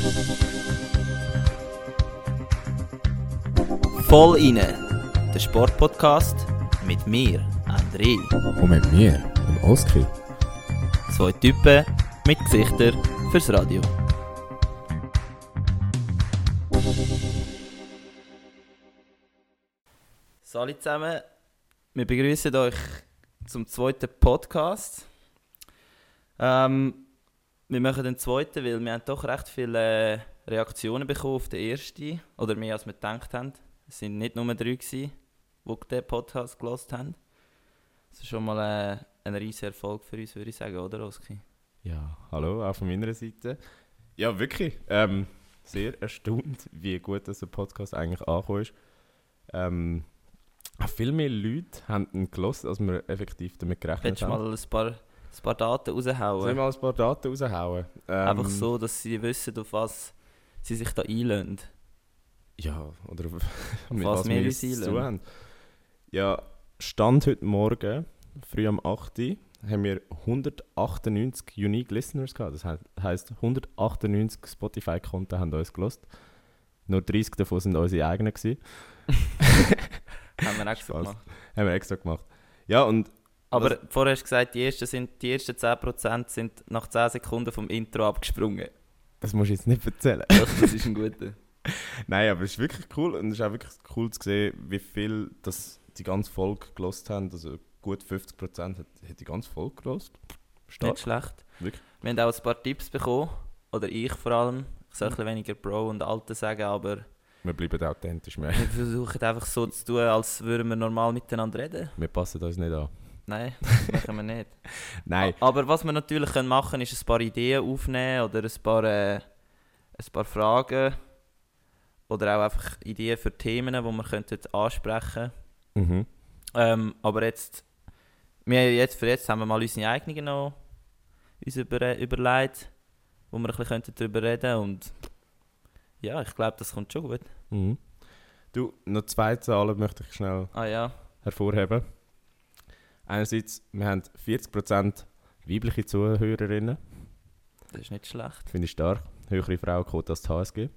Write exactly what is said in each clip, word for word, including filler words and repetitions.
Voll inne, der Sportpodcast mit mir, André. Und mit mir, dem Oskar. Zwei Typen mit Gesichtern fürs Radio. Hallo zusammen, wir begrüßen euch zum zweiten Podcast. Ähm, wir machen den zweiten, weil wir haben doch recht viele Reaktionen bekommen auf den ersten, oder mehr als wir gedacht haben. Es waren nicht nur drei, die den Podcast gehört haben. Das ist schon mal äh, ein riesiger Erfolg für uns, würde ich sagen, oder Oski? Ja, hallo, auch von meiner Seite. Ja, wirklich, ähm, sehr erstaunt, wie gut das der Podcast eigentlich angekommen ist. Ähm, viel mehr Leute haben ihn gehört, als wir effektiv damit gerechnet Willst du haben. mal ein paar, ein paar Daten raushauen? Soll ich mal ein paar Daten raushauen? Ähm, Einfach so, dass sie wissen, auf was sie sich da einlösen. Ja, oder auf mit was was wir wir uns jetzt zu einlösen. tun haben. Ja, Stand heute Morgen, früh am acht Uhr, haben wir hundertachtundneunzig Unique Listeners gehabt. Das heisst, hundertachtundneunzig Spotify-Konten haben uns gehört. Nur dreißig davon waren unsere eigenen gewesen. Haben wir extra Spaß. gemacht. Haben wir extra gemacht. Ja, und Aber was- vorher hast du gesagt, die ersten, sind, die ersten zehn Prozent sind nach zehn Sekunden vom Intro abgesprungen. das musst du jetzt nicht erzählen. Doch, das ist ein guter. Nein, aber es ist wirklich cool und es ist auch wirklich cool zu sehen, wie viel das die ganze Folge gehört haben. Also gut fünfzig Prozent hat, hat die ganze Folge gehört. Stark. Nicht schlecht. Wirklich? Wir haben auch ein paar Tipps bekommen. Oder ich vor allem. Ich soll ein bisschen weniger Bro und Alte sagen, aber Wir bleiben authentisch mehr. wir versuchen einfach so zu tun, als würden wir normal miteinander reden. Wir passen uns nicht an. Nein, das machen wir nicht. Nein. A- Aber was wir natürlich können machen können, ist ein paar Ideen aufnehmen oder ein paar, äh, ein paar Fragen. Oder auch einfach Ideen für Themen, die wir könnten ansprechen könnten. Mhm. Ähm, aber jetzt, wir jetzt, für jetzt haben wir mal unsere eigenen noch uns über, überlegt, wo wir ein bisschen darüber reden könnten. Und ja, ich glaube, das kommt schon gut. Mhm. Du, noch zwei Zahlen möchte ich schnell Ah ja, hervorheben. Einerseits, wir haben vierzig Prozent weibliche Zuhörerinnen. das ist nicht schlecht. Finde ich stark. Höhere Frauenquote als die H S G.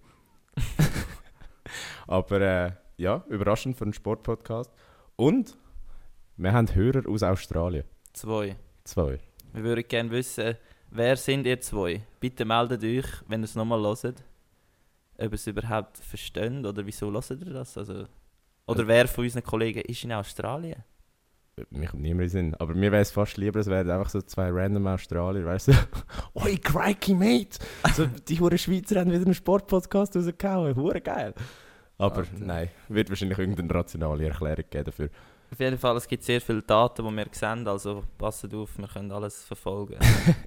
Aber äh, ja, überraschend für einen Sportpodcast. Und wir haben Hörer aus Australien. Zwei. Zwei. Wir würden gerne wissen, wer sind ihr zwei? Bitte meldet euch, wenn ihr es nochmal hört. Ob ihr es überhaupt versteht oder wieso hört ihr das? Also, oder Äh. wer von unseren Kollegen ist in Australien? Mich kommt niemand in den Sinn. Aber mir wäre es fast lieber, es wären einfach so zwei random Australier, weißt du? Oi, crikey, mate! So, die hure Schweizer haben wieder einen Sportpodcast rausgehauen. Hure geil! Aber Alter. nein, wird wahrscheinlich irgendeine rationale Erklärung geben dafür. Auf jeden Fall, es gibt sehr viele Daten, die wir sehen, also passt auf, wir können alles verfolgen.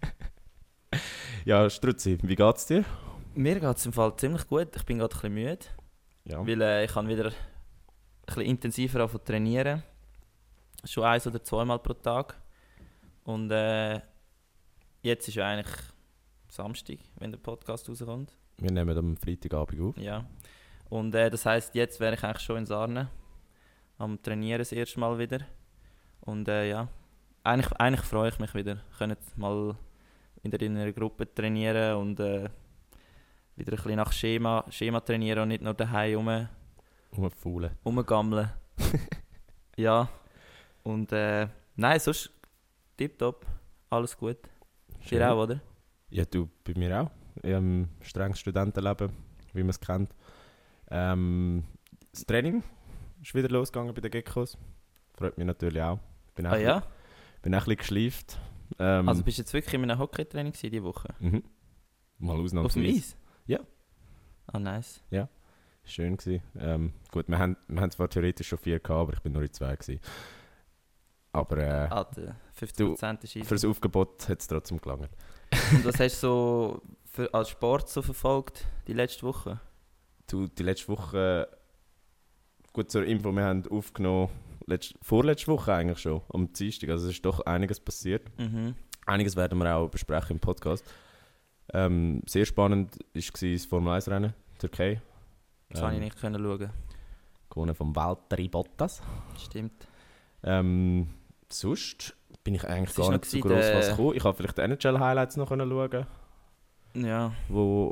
Ja, Strutzi, wie geht's dir? Mir geht es im Fall ziemlich gut, ich bin gerade ein bisschen müde, Ja. weil äh, ich kann wieder ein bisschen intensiver anfangen zu trainieren. Schon eins oder zweimal pro Tag. Und äh, jetzt ist ja eigentlich Samstag, wenn der Podcast rauskommt. Wir nehmen am Freitagabend auf. Ja. Und äh, das heisst, jetzt wäre ich eigentlich schon in Sarne am Trainieren das erste Mal wieder. Und äh, ja, eigentlich, eigentlich freue ich mich wieder. Wir können mal wieder in einer Gruppe trainieren und äh, wieder ein bisschen nach Schema, Schema trainieren und nicht nur daheim rum, Rumfaulen. rumgammeln. Ja. Und äh, nein, sonst tipptopp, alles gut. Dir auch, oder? Ja, du, bei mir auch. Ich habe ein strenges Studentenleben, wie man es kennt. Ähm, das Training ist wieder losgegangen bei den Geckos. Freut mich natürlich auch. Bin auch Ah ein ja? bisschen- bin auch ein bisschen geschleift. Ähm, Also bist du jetzt wirklich in einem Hockeytraining gewesen diese Woche? mhm. Mal Auf dem ausnahmsweise. Eis? Ja. Ah, nice. Schön gewesen. Ähm, gut, wir haben, wir haben zwar theoretisch schon vier gehabt, aber ich bin nur in zwei gewesen. Aber äh, Alter, fünfzig Prozent ist easy. für das Aufgebot hat es trotzdem gelangt. Und was hast du so für, als Sport so verfolgt, die letzte Woche? Du, die letzte Woche, gut zur Info, wir haben aufgenommen, letzt, vorletzte Woche eigentlich schon, am Dienstag, also es ist doch einiges passiert. Mhm. Einiges werden wir auch besprechen im Podcast. Ähm, sehr spannend war das Formel eins Rennen, Türkei. Das konnte ich nicht können schauen. Gewonnen von Valtteri Bottas. Stimmt. Ähm, sonst bin ich eigentlich Es gar ist nicht noch so gewesen, groß der- was gekommen. Ich habe vielleicht die N H L-Highlights noch können schauen, Ja. wo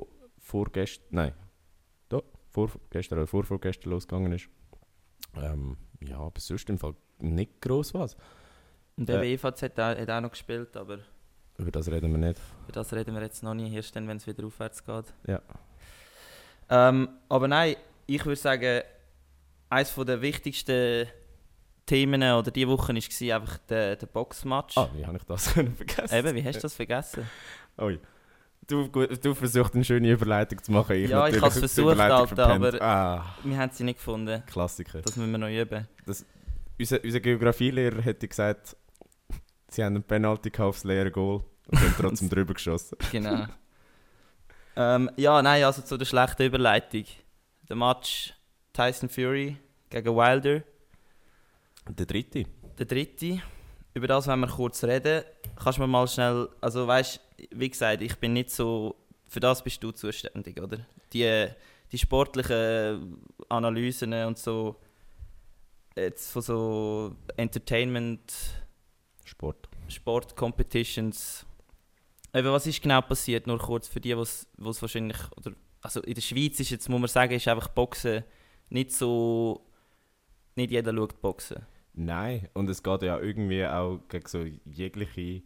vorgestern, nein, da, vorgestern oder vorvorgestern losgegangen ist. Ähm, ja, aber sonst im Fall nicht gross was. Und der Äh, E V Z hat, hat auch noch gespielt, aber Über das reden wir nicht. über das reden wir jetzt noch nie, erst dann, wenn es wieder aufwärts geht. Ja. Ähm, aber nein, ich würde sagen, eines der wichtigsten Themen oder diese Woche war einfach der, der Boxmatch. Ah, wie habe ich das vergessen? Eben, wie hast du das vergessen? Ui. Du, gut, du versuchst eine schöne Überleitung zu machen. Ich Ja, ich natürlich habe es die versucht, Überleitung Alter, verpennt. aber Ah, wir haben sie nicht gefunden. Klassiker. Das müssen wir noch üben. Unser, unser Geografielehrer hätte gesagt, sie haben einen Penalty gehabt aufs leere Goal und haben trotzdem drüber geschossen. Genau. ähm, ja, nein, also zu der schlechten Überleitung. Der Match Tyson Fury gegen Wilder, Der dritte. der dritte. Über das wollen wir kurz reden. Kannst du mir mal schnell, also weißt, wie gesagt, ich bin nicht so, für das bist du zuständig, oder? Die, die sportlichen Analysen und so, jetzt von so Entertainment, Sport. Sport-Competitions. Eben, was ist genau passiert? Nur kurz für die, die es wahrscheinlich, oder, also in der Schweiz ist jetzt, muss man sagen, ist einfach Boxen nicht so, nicht jeder schaut Boxen. Nein, und es geht ja irgendwie auch gegen so jegliche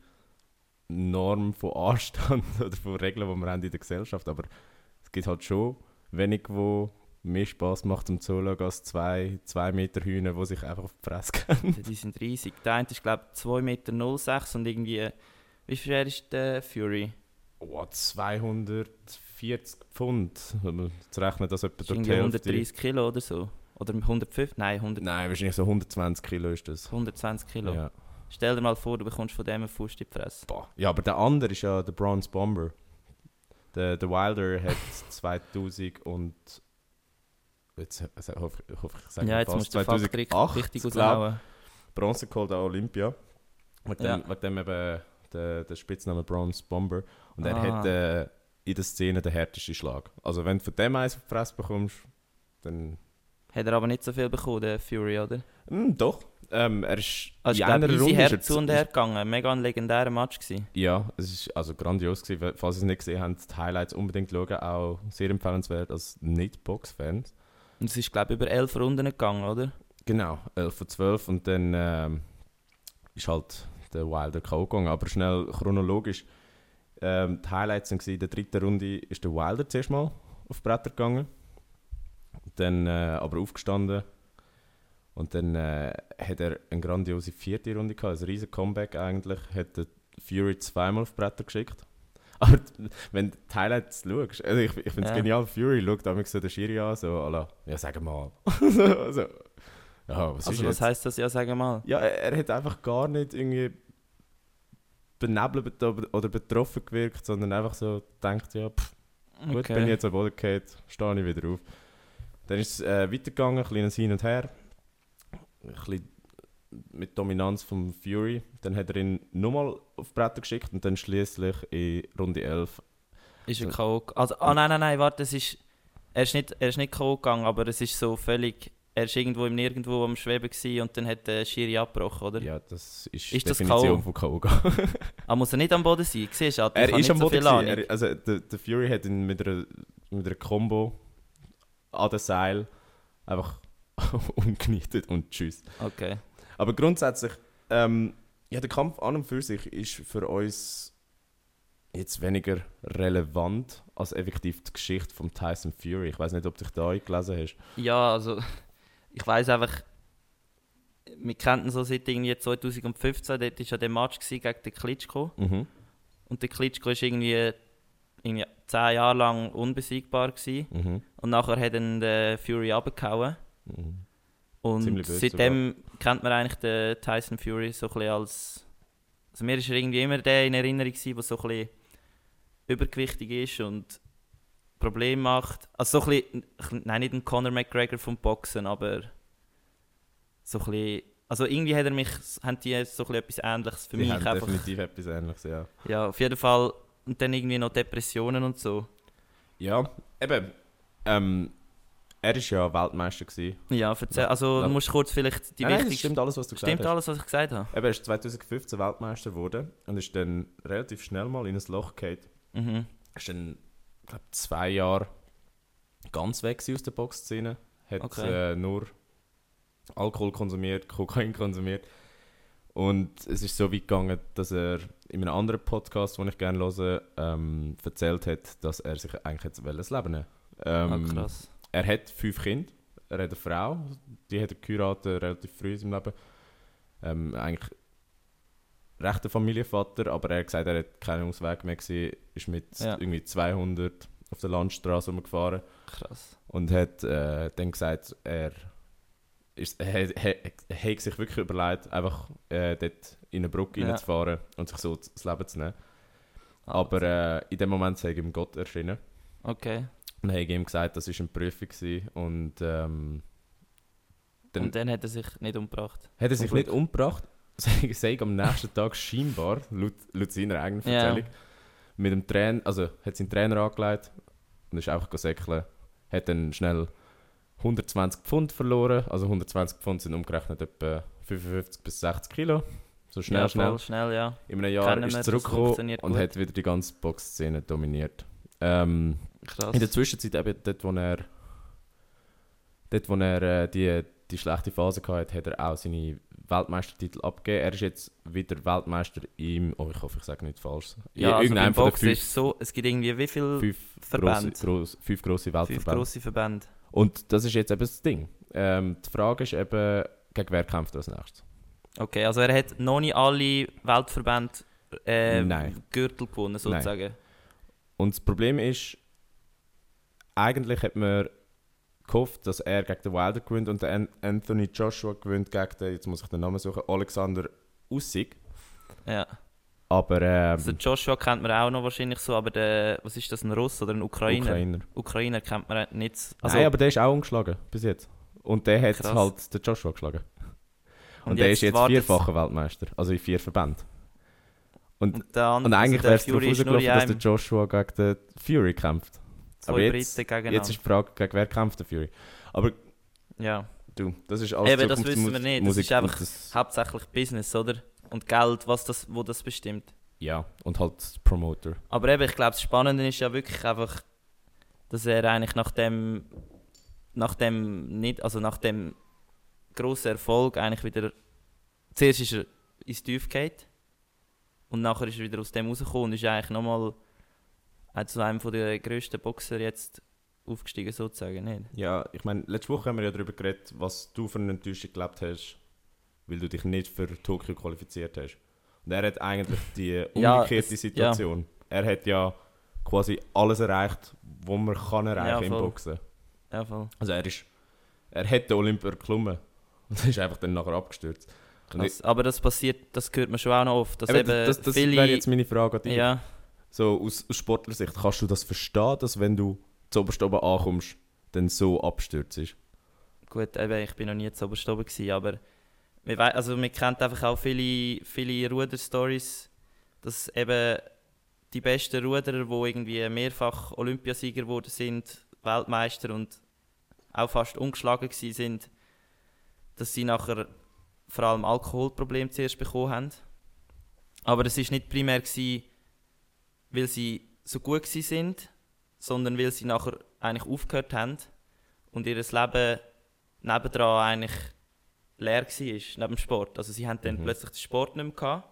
Norm von Anstand oder von Regeln, die wir haben in der Gesellschaft. Aber es gibt halt schon wenig, wo mehr Spass macht zum Zuschauen als zwei, zwei Meter Hühner, die sich einfach auf die Fresse gehen. Die sind riesig. Der eine ist, glaube ich, zwei Meter null sechs und irgendwie, wie schwer ist der Fury? Oh, zweihundertvierzig Pfund. Wenn man jetzt rechnet, dass etwa Das ist durch die irgendwie Hälfte... hundertdreißig Kilo oder so. Oder hundertfünfzig? Nein, hundert, Nein, wahrscheinlich so hundertzwanzig Kilo ist das. hundertzwanzig Kilo. Ja. Stell dir mal vor, du bekommst von dem einen Fuß in die Fresse. Boah. Ja, aber der andere ist ja der Bronze Bomber. Der, der Wilder hat zweitausend und... Jetzt also, hoffe ich, hoffe ich sage Ja, jetzt fast, musst du den Fakt richtig, zweitausendacht, richtig glaub, raushauen. Bronze geholt an Olympia. Wegen Ja. dem, wegen dem eben der, der Spitzname Bronze Bomber. Und er Ah. hat äh, in der Szene den härtesten Schlag. Also wenn du von dem eins auf die Fresse bekommst, dann... Hat er aber nicht so viel bekommen, der Fury, oder? Mm, doch. Ähm, er ist Also ich in einer glaube, easy Runde... her ist er zu und z- her gegangen. Mega ein legendärer Match gewesen. Ja, es war also grandios gewesen. Falls ihr es nicht gesehen habt, die Highlights unbedingt schauen. Auch sehr empfehlenswert als Nicht-Box-Fans. Und es ist, glaube ich, über elf Runden gegangen, oder? Genau, elf von zwölf und dann ähm, ist halt der Wilder K O gegangen. Aber schnell chronologisch. Ähm, die Highlights waren, in der dritten Runde ist der Wilder zuerst mal auf die Bretter gegangen. Dann äh, aber aufgestanden. Und dann äh, hat er eine grandiose vierte Runde gehabt, ein riesen Comeback eigentlich. Hat der Fury zweimal auf die Bretter geschickt. Aber t- wenn du die Highlights schaust, also ich, ich finde es Ja. genial, Fury schaut damit so den Schiri an, so, à la, ja sag mal. so, so. Ja, was ist Also was jetzt? heisst das? Ja, sag mal. Ja, er, er hat einfach gar nicht irgendwie benebelt oder oder betroffen gewirkt, sondern einfach so gedacht, ja, pff, gut, bin ich jetzt am Boden gefallen, stehe ich wieder auf. Dann ist es äh, weitergegangen, ein kleines Hin und Her. Ein bisschen mit Dominanz vom Fury. Dann hat er ihn nochmal auf die Bretter geschickt und dann schließlich in Runde elf. Ist er K O Also, ah nein, nein, nein, warte, es ist... Er ist nicht, er ist nicht K O gegangen, aber es ist so völlig... Er ist irgendwo im Nirgendwo am Schweben gewesen und dann hat der Schiri abgebrochen, oder? Ja, das ist, Ist das Definition K O? von K O. Ah, muss er nicht am Boden sein? Siehst du, Er ich habe ist nicht am so Boden. viel Ahnung. gewesen. Er, also der, der Fury hat ihn mit einer, mit einer Combo an den Seil einfach umgenietet und tschüss. Okay. Aber grundsätzlich, ähm, ja, der Kampf an und für sich ist für uns jetzt weniger relevant als effektiv die Geschichte von Tyson Fury. Ich weiß nicht, ob du dich da eingelesen hast. Ja, also... Ich weiss einfach... Wir kennen ihn so seit irgendwie zwanzig fünfzehn. Dort war ja der Match gewesen gegen den Klitschko. Mhm. Und der Klitschko war irgendwie, irgendwie zehn Jahre lang unbesiegbar gewesen. Mhm. Und nachher hat ihn der Fury runtergehauen. Mhm. Und Ziemlich böse seitdem kennt man eigentlich den Tyson Fury so ein bisschen als... Also mir ist er irgendwie immer der in Erinnerung gewesen, der so ein bisschen übergewichtig ist und Probleme macht. Also so ein bisschen... Nein, nicht ein Conor McGregor vom Boxen, aber... So ein bisschen... Also irgendwie hat er mich... Haben die so ein bisschen etwas Ähnliches für Die mich haben einfach... definitiv etwas Ähnliches, ja. Ja, auf jeden Fall. Und dann irgendwie noch Depressionen und so. Ja, eben. Ähm, er war ja Weltmeister gewesen. Ja, erzähl, also Ja. du musst kurz vielleicht die Nein, nein, das wichtigsten... stimmt alles, was du gesagt Stimmt hast. alles, was ich gesagt habe? Eben, er ist zwanzig fünfzehn Weltmeister geworden und ist dann relativ schnell mal in ein Loch gefallen. Mhm. Ist dann glaube, zwei Jahre ganz weg gewesen aus der Boxszene. Hat Okay. äh, nur Alkohol konsumiert, Kokain konsumiert. Und es ist so weit gegangen, dass er in einem anderen Podcast, den ich gerne höre, ähm, erzählt hat, dass er sich eigentlich jetzt das Leben nehmen Ah, ähm, krass. Er hat fünf Kinder, er hat eine Frau, die hat er geheiratet, relativ früh in seinem Leben. Ähm, eigentlich rechter Familienvater, aber er hat gesagt, er hat keinen Ausweg mehr gesehen, ist mit Ja. irgendwie zweihundert auf der Landstraße rumgefahren Krass. und hat äh, dann gesagt, er ist, er, er, er hat sich wirklich überlegt, einfach äh, dort in eine Brücke Ja. reinzufahren und sich so das Leben zu nehmen. Ah, Aber äh, in dem Moment sei ihm Gott erschienen. Okay. Und habe ich ihm gesagt, das war eine Prüfung gewesen. Und ähm, dann, Und dann hat er sich nicht umgebracht. hat er sich Zum nicht Glück. umgebracht, sei sei am nächsten Tag scheinbar, laut, laut seiner eigenen Ja. Erzählung, mit dem Trainer, also hat seinen Trainer angelegt und ist einfach gesäckelt. Hat dann schnell hundertzwanzig Pfund verloren, also hundertzwanzig Pfund sind umgerechnet etwa fünfundfünfzig bis sechzig Kilo. So schnell, ja, schnell. voll schnell, ja. In einem Jahr Kennen ist wir, er das zurückgekommen funktioniert und gut. hat wieder die ganze Boxszene dominiert. Ähm, Krass. in der Zwischenzeit, eben dort, wo er, dort, wo er äh, die, die schlechte Phase hatte, hat er auch seine Weltmeistertitel abgegeben. Er ist jetzt wieder Weltmeister im, oh ich hoffe, ich sage nicht falsch. ja, also Irgendeinem beim von den Boxen fünf, ist so, es gibt irgendwie wie viele fünf, Verbände? grosse, gross, fünf grosse Fünf Weltverbände. grosse Verbände. Und das ist jetzt eben das Ding. Ähm, die Frage ist eben, gegen wer kämpft er als nächstes? Okay, also er hat noch nicht alle Weltverbände äh, Nein. Gürtel gewonnen, sozusagen. Und das Problem ist, eigentlich hat man gehofft, dass er gegen den Wilder gewinnt und der An- Anthony Joshua gewinnt gegen den, jetzt muss ich den Namen suchen, Alexander Usyk. Ja. Aber ähm, Also Joshua kennt man auch noch wahrscheinlich so, aber der, was ist das, ein Russ oder ein Ukrainer? Ukrainer. Ukrainer kennt man nicht. so- Also, Nein, aber der ist auch umgeschlagen bis jetzt. Und der hat Krass. halt den Joshua geschlagen. Und, der ist jetzt wartet's- vierfacher Weltmeister, also in vier Verbänden. Und, Und, der andere, und eigentlich also der wäre es darauf Fury ist nur rausgelaufen, in dass der einem, Joshua gegen den Fury kämpft. zwei aber jetzt, Briten gegeneinander. jetzt ist die Frage, gegen wer kämpft der Fury. Aber ja. du, das ist alles Eben, das Zukunftsmu- wissen wir nicht. Das Musik ist einfach und das, hauptsächlich Business, oder? Und Geld, was das, wo das bestimmt. ja, und halt Promoter. Aber eben, ich glaube, das Spannende ist ja wirklich einfach, dass er eigentlich nach dem, nach dem nicht, also nach dem grossen Erfolg eigentlich wieder, zuerst ist er ins Tief gefallen und nachher ist er wieder aus dem rausgekommen und ist eigentlich nochmal zu einem der grössten Boxer jetzt aufgestiegen, sozusagen, nicht? Ja, ich meine, letzte Woche haben wir ja darüber geredet, was du für eine Enttäuschung gelebt hast, weil du dich nicht für Tokio qualifiziert hast. Und er hat eigentlich die Ja, umgekehrte es- Situation. Er hat ja quasi alles erreicht, was man kann erreichen Ja, im voll. Boxen. Ja, voll. Also er ist, er hat den Olympia geklommen und ist einfach dann nachher abgestürzt. Und Krass. Aber das passiert, das hört man schon auch noch oft, dass Eben, eben das das viele... wäre jetzt meine Frage an dich. ja, So aus, aus Sportlersicht, kannst du das verstehen, dass wenn du zu oberst oben ankommst, dann so abstürzt? gut, eben, ich bin noch nie zu oberst oben gewesen, aber wir, wei- also, man kennt einfach auch viele, viele Ruder-Stories, dass eben die besten Ruderer, die irgendwie mehrfach Olympiasieger geworden sind, Weltmeister und auch fast ungeschlagen gewesen sind, dass sie nachher vor allem Alkoholprobleme zuerst bekommen haben. Aber es war nicht primär gewesen, weil sie so gut gewesen sind, sondern weil sie nachher eigentlich aufgehört haben und ihr Leben nebendran eigentlich leer war, neben dem Sport. Also sie haben dann Mhm. plötzlich den Sport nicht mehr gehabt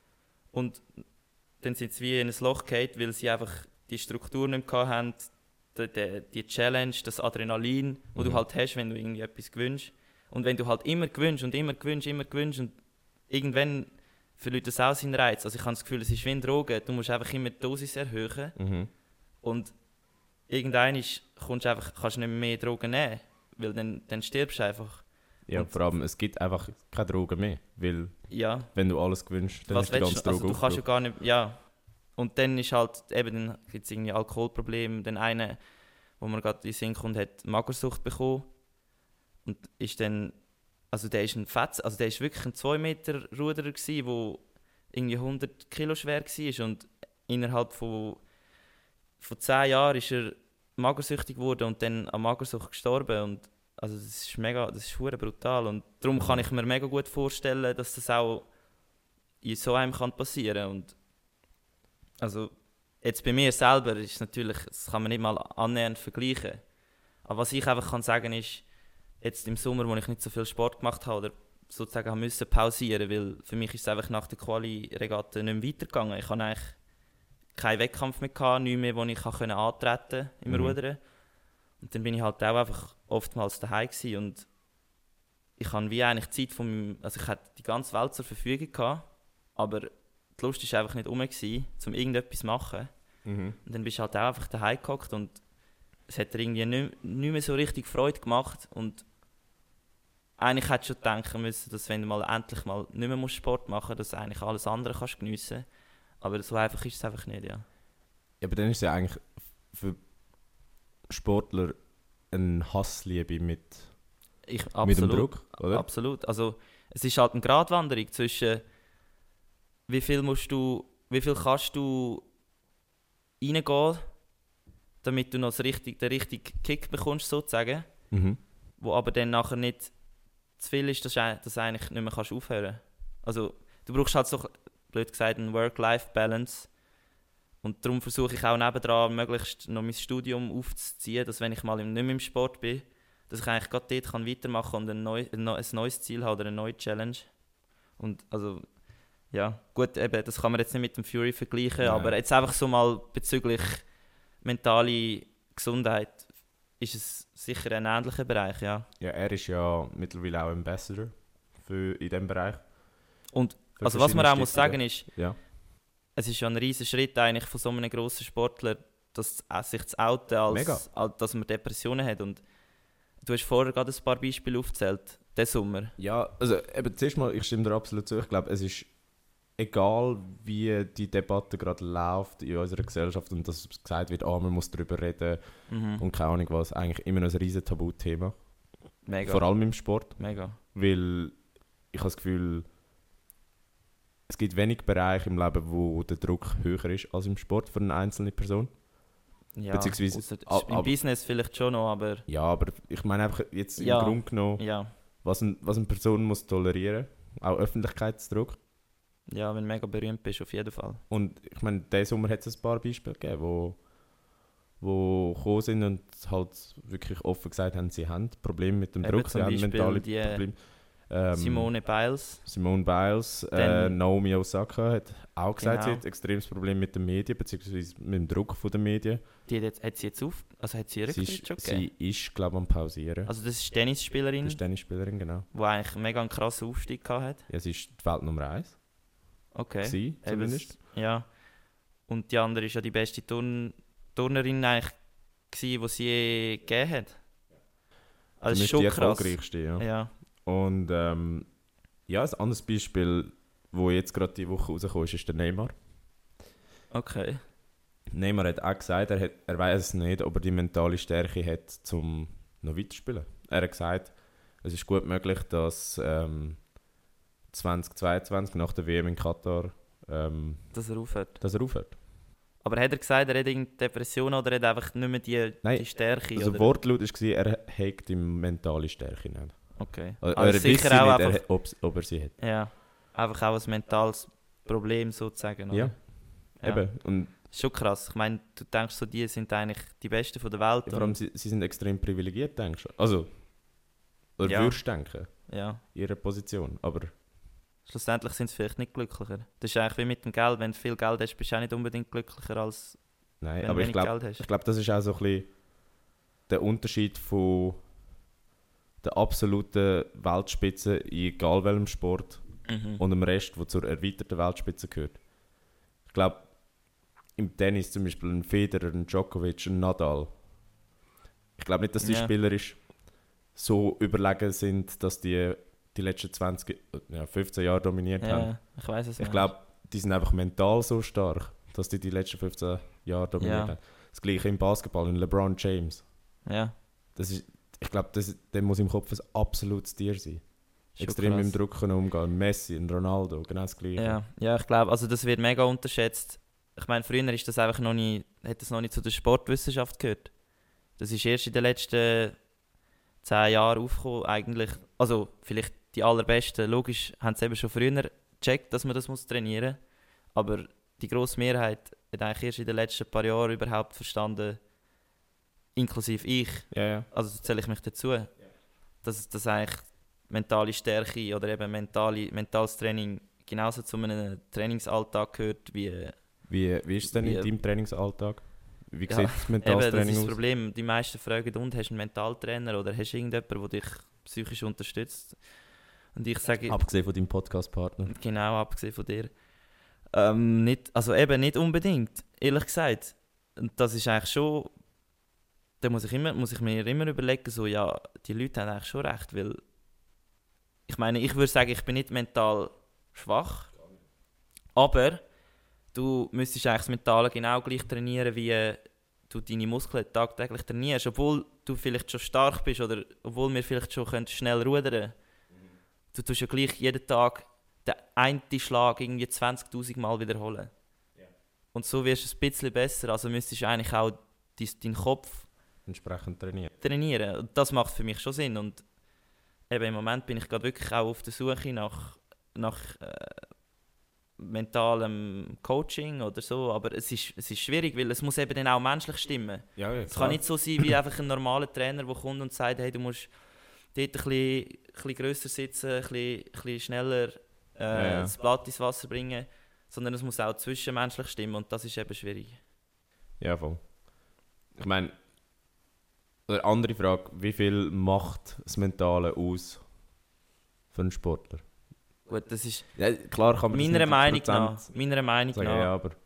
und dann sind sie wie in ein Loch gefallen, weil sie einfach die Struktur nicht mehr hatten, die, die, die Challenge, das Adrenalin, das Mhm. du halt hast, wenn du irgendwie etwas gewünscht. Und wenn du halt immer gewünscht und immer gewünscht, immer gewünscht und irgendwann verliert das auch seinen Reiz. Also ich habe das Gefühl, es ist wie ein Drogen. Du musst einfach immer die Dosis erhöhen Mhm. und irgendwann kommst du einfach, kannst du nicht mehr Drogen nehmen, weil dann, dann stirbst du einfach. Ja, Und- vor allem, es gibt einfach keine Drogen mehr, weil Ja, wenn du alles gewünscht, dann was ist die willst ganze du? Also Droge du kannst ja aufgebraucht. gar nicht, ja. Und dann ist halt, eben, dann gibt es irgendwie Alkoholprobleme. Dann einer, wo man gerade in den Sinn kommt, hat Magersucht bekommen und ist dann, also der ist ein Fetz, also der ist wirklich ein zwei Meter Ruderer gsi, wo irgendwie hundert Kilo schwer war und innerhalb von, von zehn Jahren ist er magersüchtig geworden und dann an Magersucht gestorben und also das ist mega, das ist verdammt brutal und darum kann ich mir mega gut vorstellen, dass das auch in so einem kann passieren und also jetzt bei mir selber ist natürlich, das kann man nicht mal annähernd vergleichen. Aber was ich einfach kann sagen ist, jetzt im Sommer, wo ich nicht so viel Sport gemacht habe oder sozusagen haben müssen pausieren, weil für mich ist es einfach nach der Quali-Regatta nicht mehr weitergegangen. Ich hatte eigentlich keinen Wettkampf mehr, gehabt, nichts mehr, wo ich antreten konnte im Mhm. Rudern. Und dann bin ich halt auch einfach oftmals daheim gewesen und ich hatte wie eigentlich Zeit von meinem, also ich hatte die ganze Welt zur Verfügung gehabt, aber die Lust war einfach nicht rum, gewesen, um irgendetwas zu machen. Mhm. Und dann bist du halt auch einfach daheim gehockt und es hat dir irgendwie nicht, nicht mehr so richtig Freude gemacht und eigentlich hättest du schon denken müssen, dass wenn du mal endlich mal nicht mehr Sport machen musst, dass du eigentlich alles andere kannst geniessen kannst. Aber so einfach ist es einfach nicht, ja. Ja, aber dann ist es ja eigentlich für Sportler eine Hassliebe mit, Ich, mit absolut, dem Druck, oder? Absolut. Also es ist halt eine Gratwanderung zwischen wie viel musst du, wie viel kannst du reingehen, damit du noch das richtig, den richtigen Kick bekommst, sozusagen, Mhm. wo aber dann nachher nicht zu viel ist, dass du dass du eigentlich nicht mehr kannst aufhören kannst. Also du brauchst halt so, blöd gesagt, eine Work-Life-Balance. Und darum versuche ich auch nebendran möglichst noch mein Studium aufzuziehen, dass wenn ich mal nicht mehr im Sport bin, dass ich eigentlich gerade dort kann weitermachen kann und ein, neu, ein neues Ziel habe oder eine neue Challenge. Und also, ja, gut, eben, das kann man jetzt nicht mit dem Fury vergleichen, Nein. aber jetzt einfach so mal bezüglich mentale Gesundheit ist es sicher ein ähnlicher Bereich, ja. Ja, er ist ja mittlerweile auch Ambassador für, in diesem Bereich. Und Für also was man auch muss sagen verschiedene ist, Ja. es ist ja ein riesiger Schritt eigentlich von so einem grossen Sportler, dass, äh, sich zu outen, Mega. als, als dass man Depressionen hat. Und du hast vorher gerade ein paar Beispiele aufgezählt, diesen Sommer. Ja, also eben zuerst mal, ich stimme dir absolut zu. Ich glaube, es ist egal, wie die Debatte gerade läuft in unserer Gesellschaft und dass gesagt wird, ah, man muss darüber reden Mhm. und keine Ahnung was, eigentlich immer noch ein riesen Tabuthema. Mega. Vor allem im Sport, Mega. weil ich habe das Gefühl, es gibt wenig Bereiche im Leben, wo der Druck höher ist als im Sport für eine einzelne Person. Ja, Beziehungsweise- ausser- ab- im ab- Business vielleicht schon noch, aber Ja, aber ich meine einfach jetzt Ja. im Grunde genommen, ja, was, ein, was eine Person muss tolerieren, auch Öffentlichkeitsdruck. ja, wenn du mega berühmt bist, auf jeden Fall. Und ich meine, diesen Sommer hat es ein paar Beispiele gegeben, wo, wo gekommen sind und halt wirklich offen gesagt haben, sie haben Probleme mit dem Eben Druck, zum sie haben Beispiel mentale die, Probleme. Ähm, Simone Biles, Simone Biles, äh, Dann- Naomi Osaka hat auch gesagt, Genau. sie hat ein extremes Problem mit den Medien, beziehungsweise mit dem Druck von den Medien. die hat, jetzt- hat sie jetzt auf, also hat sie Sie Rücktritt ist, schon gegeben? sie ist glaube ich, am Pausieren. Also das ist Tennisspielerin, Das ist Tennisspielerin, genau. die eigentlich mega einen krassen Aufstieg gehabt hat. Ja, sie ist die Welt Nummer eins. Okay. Sie Eben, zumindest. ja. Und die andere ist ja die beste Turn Turnerin eigentlich gewesen, die sie je gegeben hat. Also das ist Zumindest schon die krass. erfolgreichste, ja. Ja. Und ähm, ja, ein anderes Beispiel, wo jetzt gerade die Woche rausgekommen ist, ist der Neymar. Okay. Neymar hat auch gesagt, er, hat, er weiß es nicht, ob er die mentale Stärke hat, um noch weiterzuspielen. Er hat gesagt, es ist gut möglich, dass ähm, zwanzig zweiundzwanzig nach der W M in Katar, ähm, Dass er aufhört. dass er aufhört. Aber hat er gesagt, er hat irgendeine Depression oder hat er einfach nicht mehr die, Nein, die Stärke? Also oder? Wortlaut war, er hat die mentale Stärke nicht. Okay. Also, Also er sicher wisse auch nicht, er, einfach, hat- ob, ob er sie hat. ja, einfach auch ein mentales Problem sozusagen. oder? Ja, ja. eben. Und Ist schon krass. Ich meine, du denkst so, die sind eigentlich die Besten von der Welt. vor allem, und, sie, sie sind extrem privilegiert, denkst du? Also, oder Ja. würdest du denken, ja. in ihrer Position. Aber Schlussendlich sind sie vielleicht nicht glücklicher. Das ist eigentlich wie mit dem Geld. Wenn du viel Geld hast, bist du auch nicht unbedingt glücklicher, als nein, wenn aber du ich wenig glaube, Geld hast. ich glaub, das ist auch so ein bisschen der Unterschied von der absoluten Weltspitze in egal welchem Sport Mhm. und dem Rest, der zur erweiterten Weltspitze gehört. Ich glaube, im Tennis zum Beispiel ein Federer, ein Djokovic, ein Nadal. Ich glaube nicht, dass die Ja. Spieler so überlegen sind, dass die die letzten zwanzig, ja, fünfzehn Jahre dominiert haben. Ja, ich weiß es Ich glaube, die sind einfach mental so stark, dass die die letzten fünfzehn Jahre dominiert Ja. haben. Das gleiche im Basketball, in LeBron James. Ja, Das ist, ich glaube, das, der muss im Kopf ein absolutes Tier sein. schon Extrem krass. mit dem Druck können umgehen. Messi, ein Ronaldo, genau das gleiche. Ja, ja, ich glaube, also das wird mega unterschätzt. Ich meine, früher ist das einfach noch nie, hat das noch nicht zu der Sportwissenschaft gehört. Das ist erst in den letzten zehn Jahren aufgekommen, eigentlich. Also vielleicht die allerbesten, logisch, haben es eben schon früher gecheckt, dass man das muss trainieren muss. Aber die grosse Mehrheit hat eigentlich erst in den letzten paar Jahren überhaupt verstanden, inklusive ich, Ja, ja. also zähle ich mich dazu, ja. dass, dass eigentlich mentale Stärke oder eben mentale, mentales Training genauso zu einem Trainingsalltag gehört wie... Wie, wie ist es denn wie, in deinem Trainingsalltag? Wie ja, sieht das mentales eben, Training das ist aus? das Problem. Die meisten fragen, und hast du einen Mentaltrainer oder hast du irgendjemanden, der dich psychisch unterstützt? Und ich sage... Abgesehen von deinem Podcast-Partner. Genau, abgesehen von dir. Ähm, nicht, also eben nicht unbedingt, ehrlich gesagt. Und das ist eigentlich schon... Da muss ich, immer, muss ich mir immer überlegen, so, ja, die Leute haben eigentlich schon recht, weil... Ich meine, ich würde sagen, ich bin nicht mental schwach, aber du müsstest eigentlich das Mentale genau gleich trainieren, wie du deine Muskeln tagtäglich trainierst. Obwohl du vielleicht schon stark bist oder obwohl wir vielleicht schon schnell rudern können. Du tust ja gleich jeden Tag den einen Schlag irgendwie zwanzigtausend Mal wiederholen. Ja. Und so wirst du ein bisschen besser. Also müsstest du eigentlich auch deinen Kopf entsprechend trainieren. trainieren. Und das macht für mich schon Sinn. Und eben im Moment bin ich gerade wirklich auch auf der Suche nach, nach äh, mentalem Coaching oder so. Aber es ist, es ist schwierig, weil es muss eben dann auch menschlich stimmen. Ja, ja, es kann nicht so sein wie einfach ein normaler Trainer, der kommt und sagt, hey, du musst dort ein bisschen, ein bisschen grösser sitzen, ein bisschen, ein bisschen schneller äh, ja, ja. das Blatt ins Wasser bringen. Sondern es muss auch zwischenmenschlich stimmen und das ist eben schwierig. Ja, voll. Ich meine, eine andere Frage, wie viel macht das Mentale aus für einen Sportler? Gut, das ist ja, klar kann man meiner das Meinung nicht nach, meiner Meinung sagen, nach ja, aber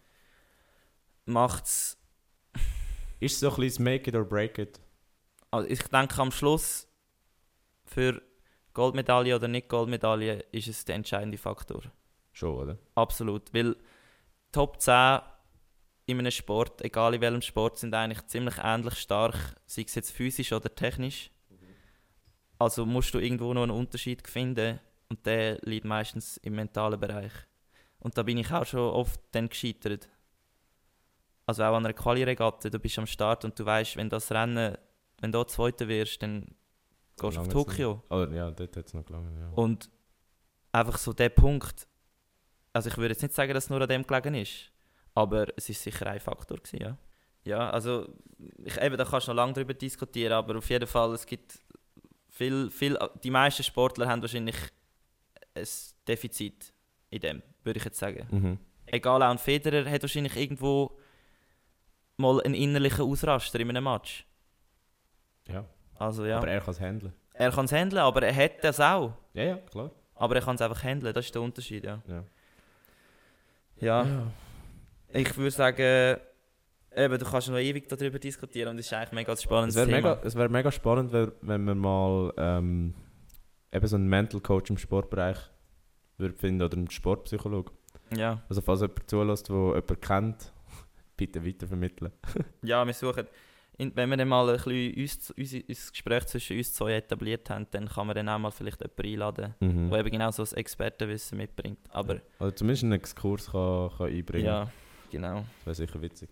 macht's. Ist es so ein bisschen Make it or break it? Also ich denke am Schluss für Goldmedaille oder nicht Goldmedaille ist es der entscheidende Faktor. Schon, oder? Absolut, weil Top zehn in einem Sport, egal in welchem Sport, sind eigentlich ziemlich ähnlich stark, sei es jetzt physisch oder technisch. Also musst du irgendwo noch einen Unterschied finden und der liegt meistens im mentalen Bereich. Und da bin ich auch schon oft dann gescheitert. Also auch an einer Quali-Regatte, du bist am Start und du weißt, wenn das Rennen, wenn du Zweiter wirst, dann gehst du auf Tokio. Oh, ja, dort hat es noch gelangen, ja. Und einfach so der Punkt, also ich würde jetzt nicht sagen, dass es nur an dem gelegen ist, aber es ist sicher ein Faktor gewesen, ja. Ja, also ich, eben, da kannst du noch lange darüber diskutieren, aber auf jeden Fall, es gibt viel, viel, die meisten Sportler haben wahrscheinlich ein Defizit in dem, würde ich jetzt sagen. Mhm. Egal, auch ein Federer hat wahrscheinlich irgendwo mal einen innerlichen Ausraster in einem Match. Ja. Also, ja. Aber er kann es handeln. Er kann es handeln, aber er hat das auch. Ja, ja, klar. Aber er kann es einfach handeln, das ist der Unterschied, ja. Ja. Ja, ja. Ich würde sagen, eben, du kannst noch ewig darüber diskutieren und es ist eigentlich mega spannendes es Thema. Mega, es wäre mega spannend, wenn, wenn man mal ähm, eben so einen Mental Coach im Sportbereich würde finden oder einen Sportpsychologe. Ja. Also falls jemand zulässt, der jemanden kennt, bitte weitervermitteln. Ja, wir suchen. In, wenn wir dann mal ein bisschen uns, uns, uns Gespräch zwischen uns zwei etabliert haben, dann kann man dann auch mal vielleicht jemanden einladen, Mhm. der eben genau so das Expertenwissen mitbringt. Aber, ja. Oder zumindest einen Exkurs kann, kann einbringen. Ja, genau. Das wäre sicher witzig.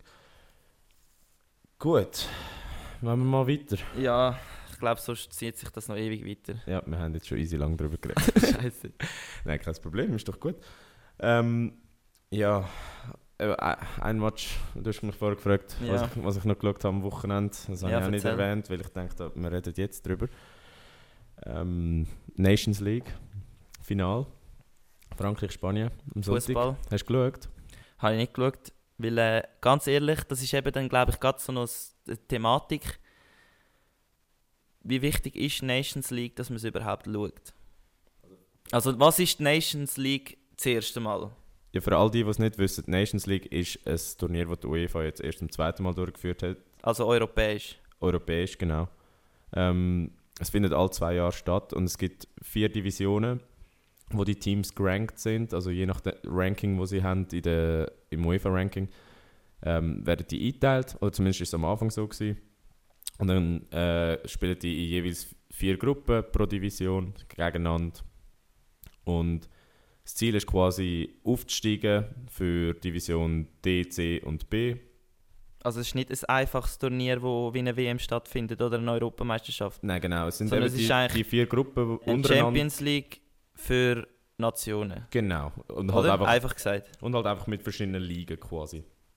Gut, machen wir mal weiter. Ja, ich glaube, sonst zieht sich das noch ewig weiter. Ja, wir haben jetzt schon easy lang darüber geredet. Scheiße. Nein, kein Problem, ist doch gut. Ähm, ja, äh, ein Match, du hast mich vorher gefragt, Ja. was, ich, was ich noch geschaut habe am Wochenende. Das habe Ja, ich auch nicht erzähl. erwähnt, weil ich dachte, wir reden jetzt drüber. Ähm, Nations League, Final. Frankreich-Spanien am Sonntag. Fußball Hast du geschaut? habe ich nicht geschaut, weil äh, ganz ehrlich, das ist eben dann, glaube ich, gerade so noch eine Thematik. Wie wichtig ist Nations League, dass man es überhaupt schaut? Also was ist die Nations League das erste Mal? Ja, für all die, die es nicht wissen, die Nations League ist ein Turnier, das die UEFA jetzt erst zum zweiten Mal durchgeführt hat. Also europäisch. Europäisch, genau. Ähm, es findet alle zwei Jahre statt und es gibt vier Divisionen, wo die Teams gerankt sind. Also je nach dem Ranking, das sie haben in der, im UEFA-Ranking, ähm, werden die eingeteilt. Oder zumindest war es am Anfang so gewesen. Und dann äh, spielen die in jeweils vier Gruppen pro Division gegeneinander. Und das Ziel ist quasi aufzusteigen für Division D, C und B. Also es ist nicht ein einfaches Turnier, wo wie eine W M stattfindet oder eine Europameisterschaft. Nein, genau. Es sind Sondern eben es ist die, eigentlich die vier Gruppen Eine untereinander. Champions League für Nationen. Genau. Und halt, Oder? einfach, Einfach gesagt. und halt einfach mit verschiedenen Ligen quasi.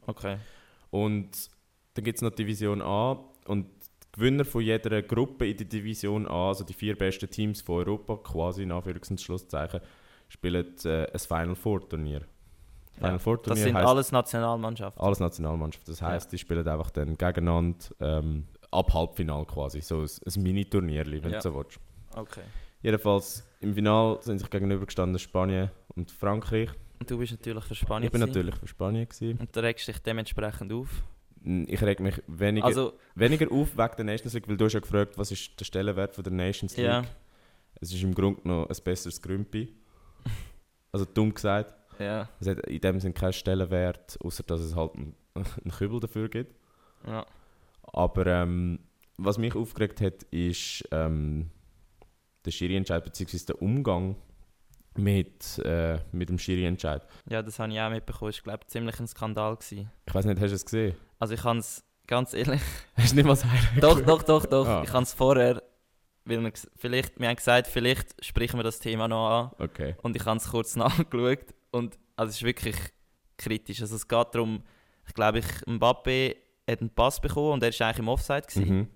Okay. Und dann gibt es noch Division A und die Gewinner von jeder Gruppe in der Division A, also die vier besten Teams von Europa, quasi in Anführungs- und Schlusszeichen, spielen äh, ein Final Four Turnier. Final Ja. Four Turnier Das sind heisst, alles Nationalmannschaften. alles Nationalmannschaften. Das heisst, Ja. die spielen einfach dann gegeneinander ähm, ab Halbfinal quasi, so ein, ein Mini-Turnier, wenn Ja. du so willst. Okay. Jedenfalls im Finale sind sich gegenübergestanden Spanien und Frankreich. Und du bist natürlich für Spanien. Ich bin gewesen. natürlich für Spanien gewesen. Und du regst dich dementsprechend auf. Ich reg mich weniger, Also, weniger auf wegen der Nations League, weil du hast ja gefragt, was ist der Stellenwert von der Nations League. ja. Es ist im Grunde noch ein besseres Grümpi. Also dumm gesagt. Ja. Es hat in dem Sinne keinen Stellenwert, außer dass es halt einen, einen Kübel dafür gibt. Ja. Aber ähm, was mich aufgeregt hat, ist ähm, der Schiri-Entscheid bzw. der Umgang mit, äh, mit dem Schiri-Entscheid. Ja, das habe ich auch mitbekommen. Ich glaube, ziemlich ein Skandal gewesen. Ich weiß nicht, hast du es gesehen? Also ich habe es, ganz ehrlich... Hast du nicht mal das Highlight doch, geschaut? doch, doch, doch. Ah. Ich habe es vorher... Weil wir, ges- vielleicht, wir haben gesagt, vielleicht sprechen wir das Thema noch an. Okay. Und ich habe es kurz nachgeschaut. Und also es ist wirklich kritisch. Also es geht darum, ich glaube, ich, Mbappé hat einen Pass bekommen und er war eigentlich im Offside gewesen. Mhm.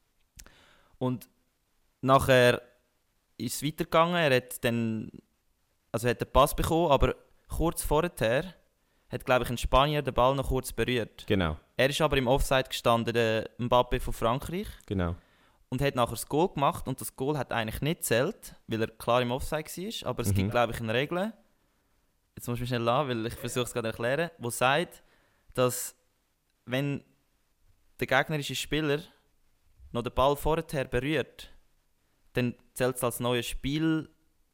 Und nachher ist es weitergegangen. Er hat dann... Also er hat den Pass bekommen, aber kurz vorher hat, glaube ich, ein Spanier den Ball noch kurz berührt. Genau, Er ist aber im Offside gestanden, der Mbappé von Frankreich, genau. und hat nachher das Goal gemacht. Und das Goal hat eigentlich nicht gezählt, weil er klar im Offside war. Aber es Mhm. gibt, glaube ich, eine Regel, jetzt muss ich mich schnell lassen, weil ich versuche es gerade zu erklären, die sagt, dass wenn der gegnerische Spieler noch den Ball vorher berührt, dann zählt es als neuer Spielzug.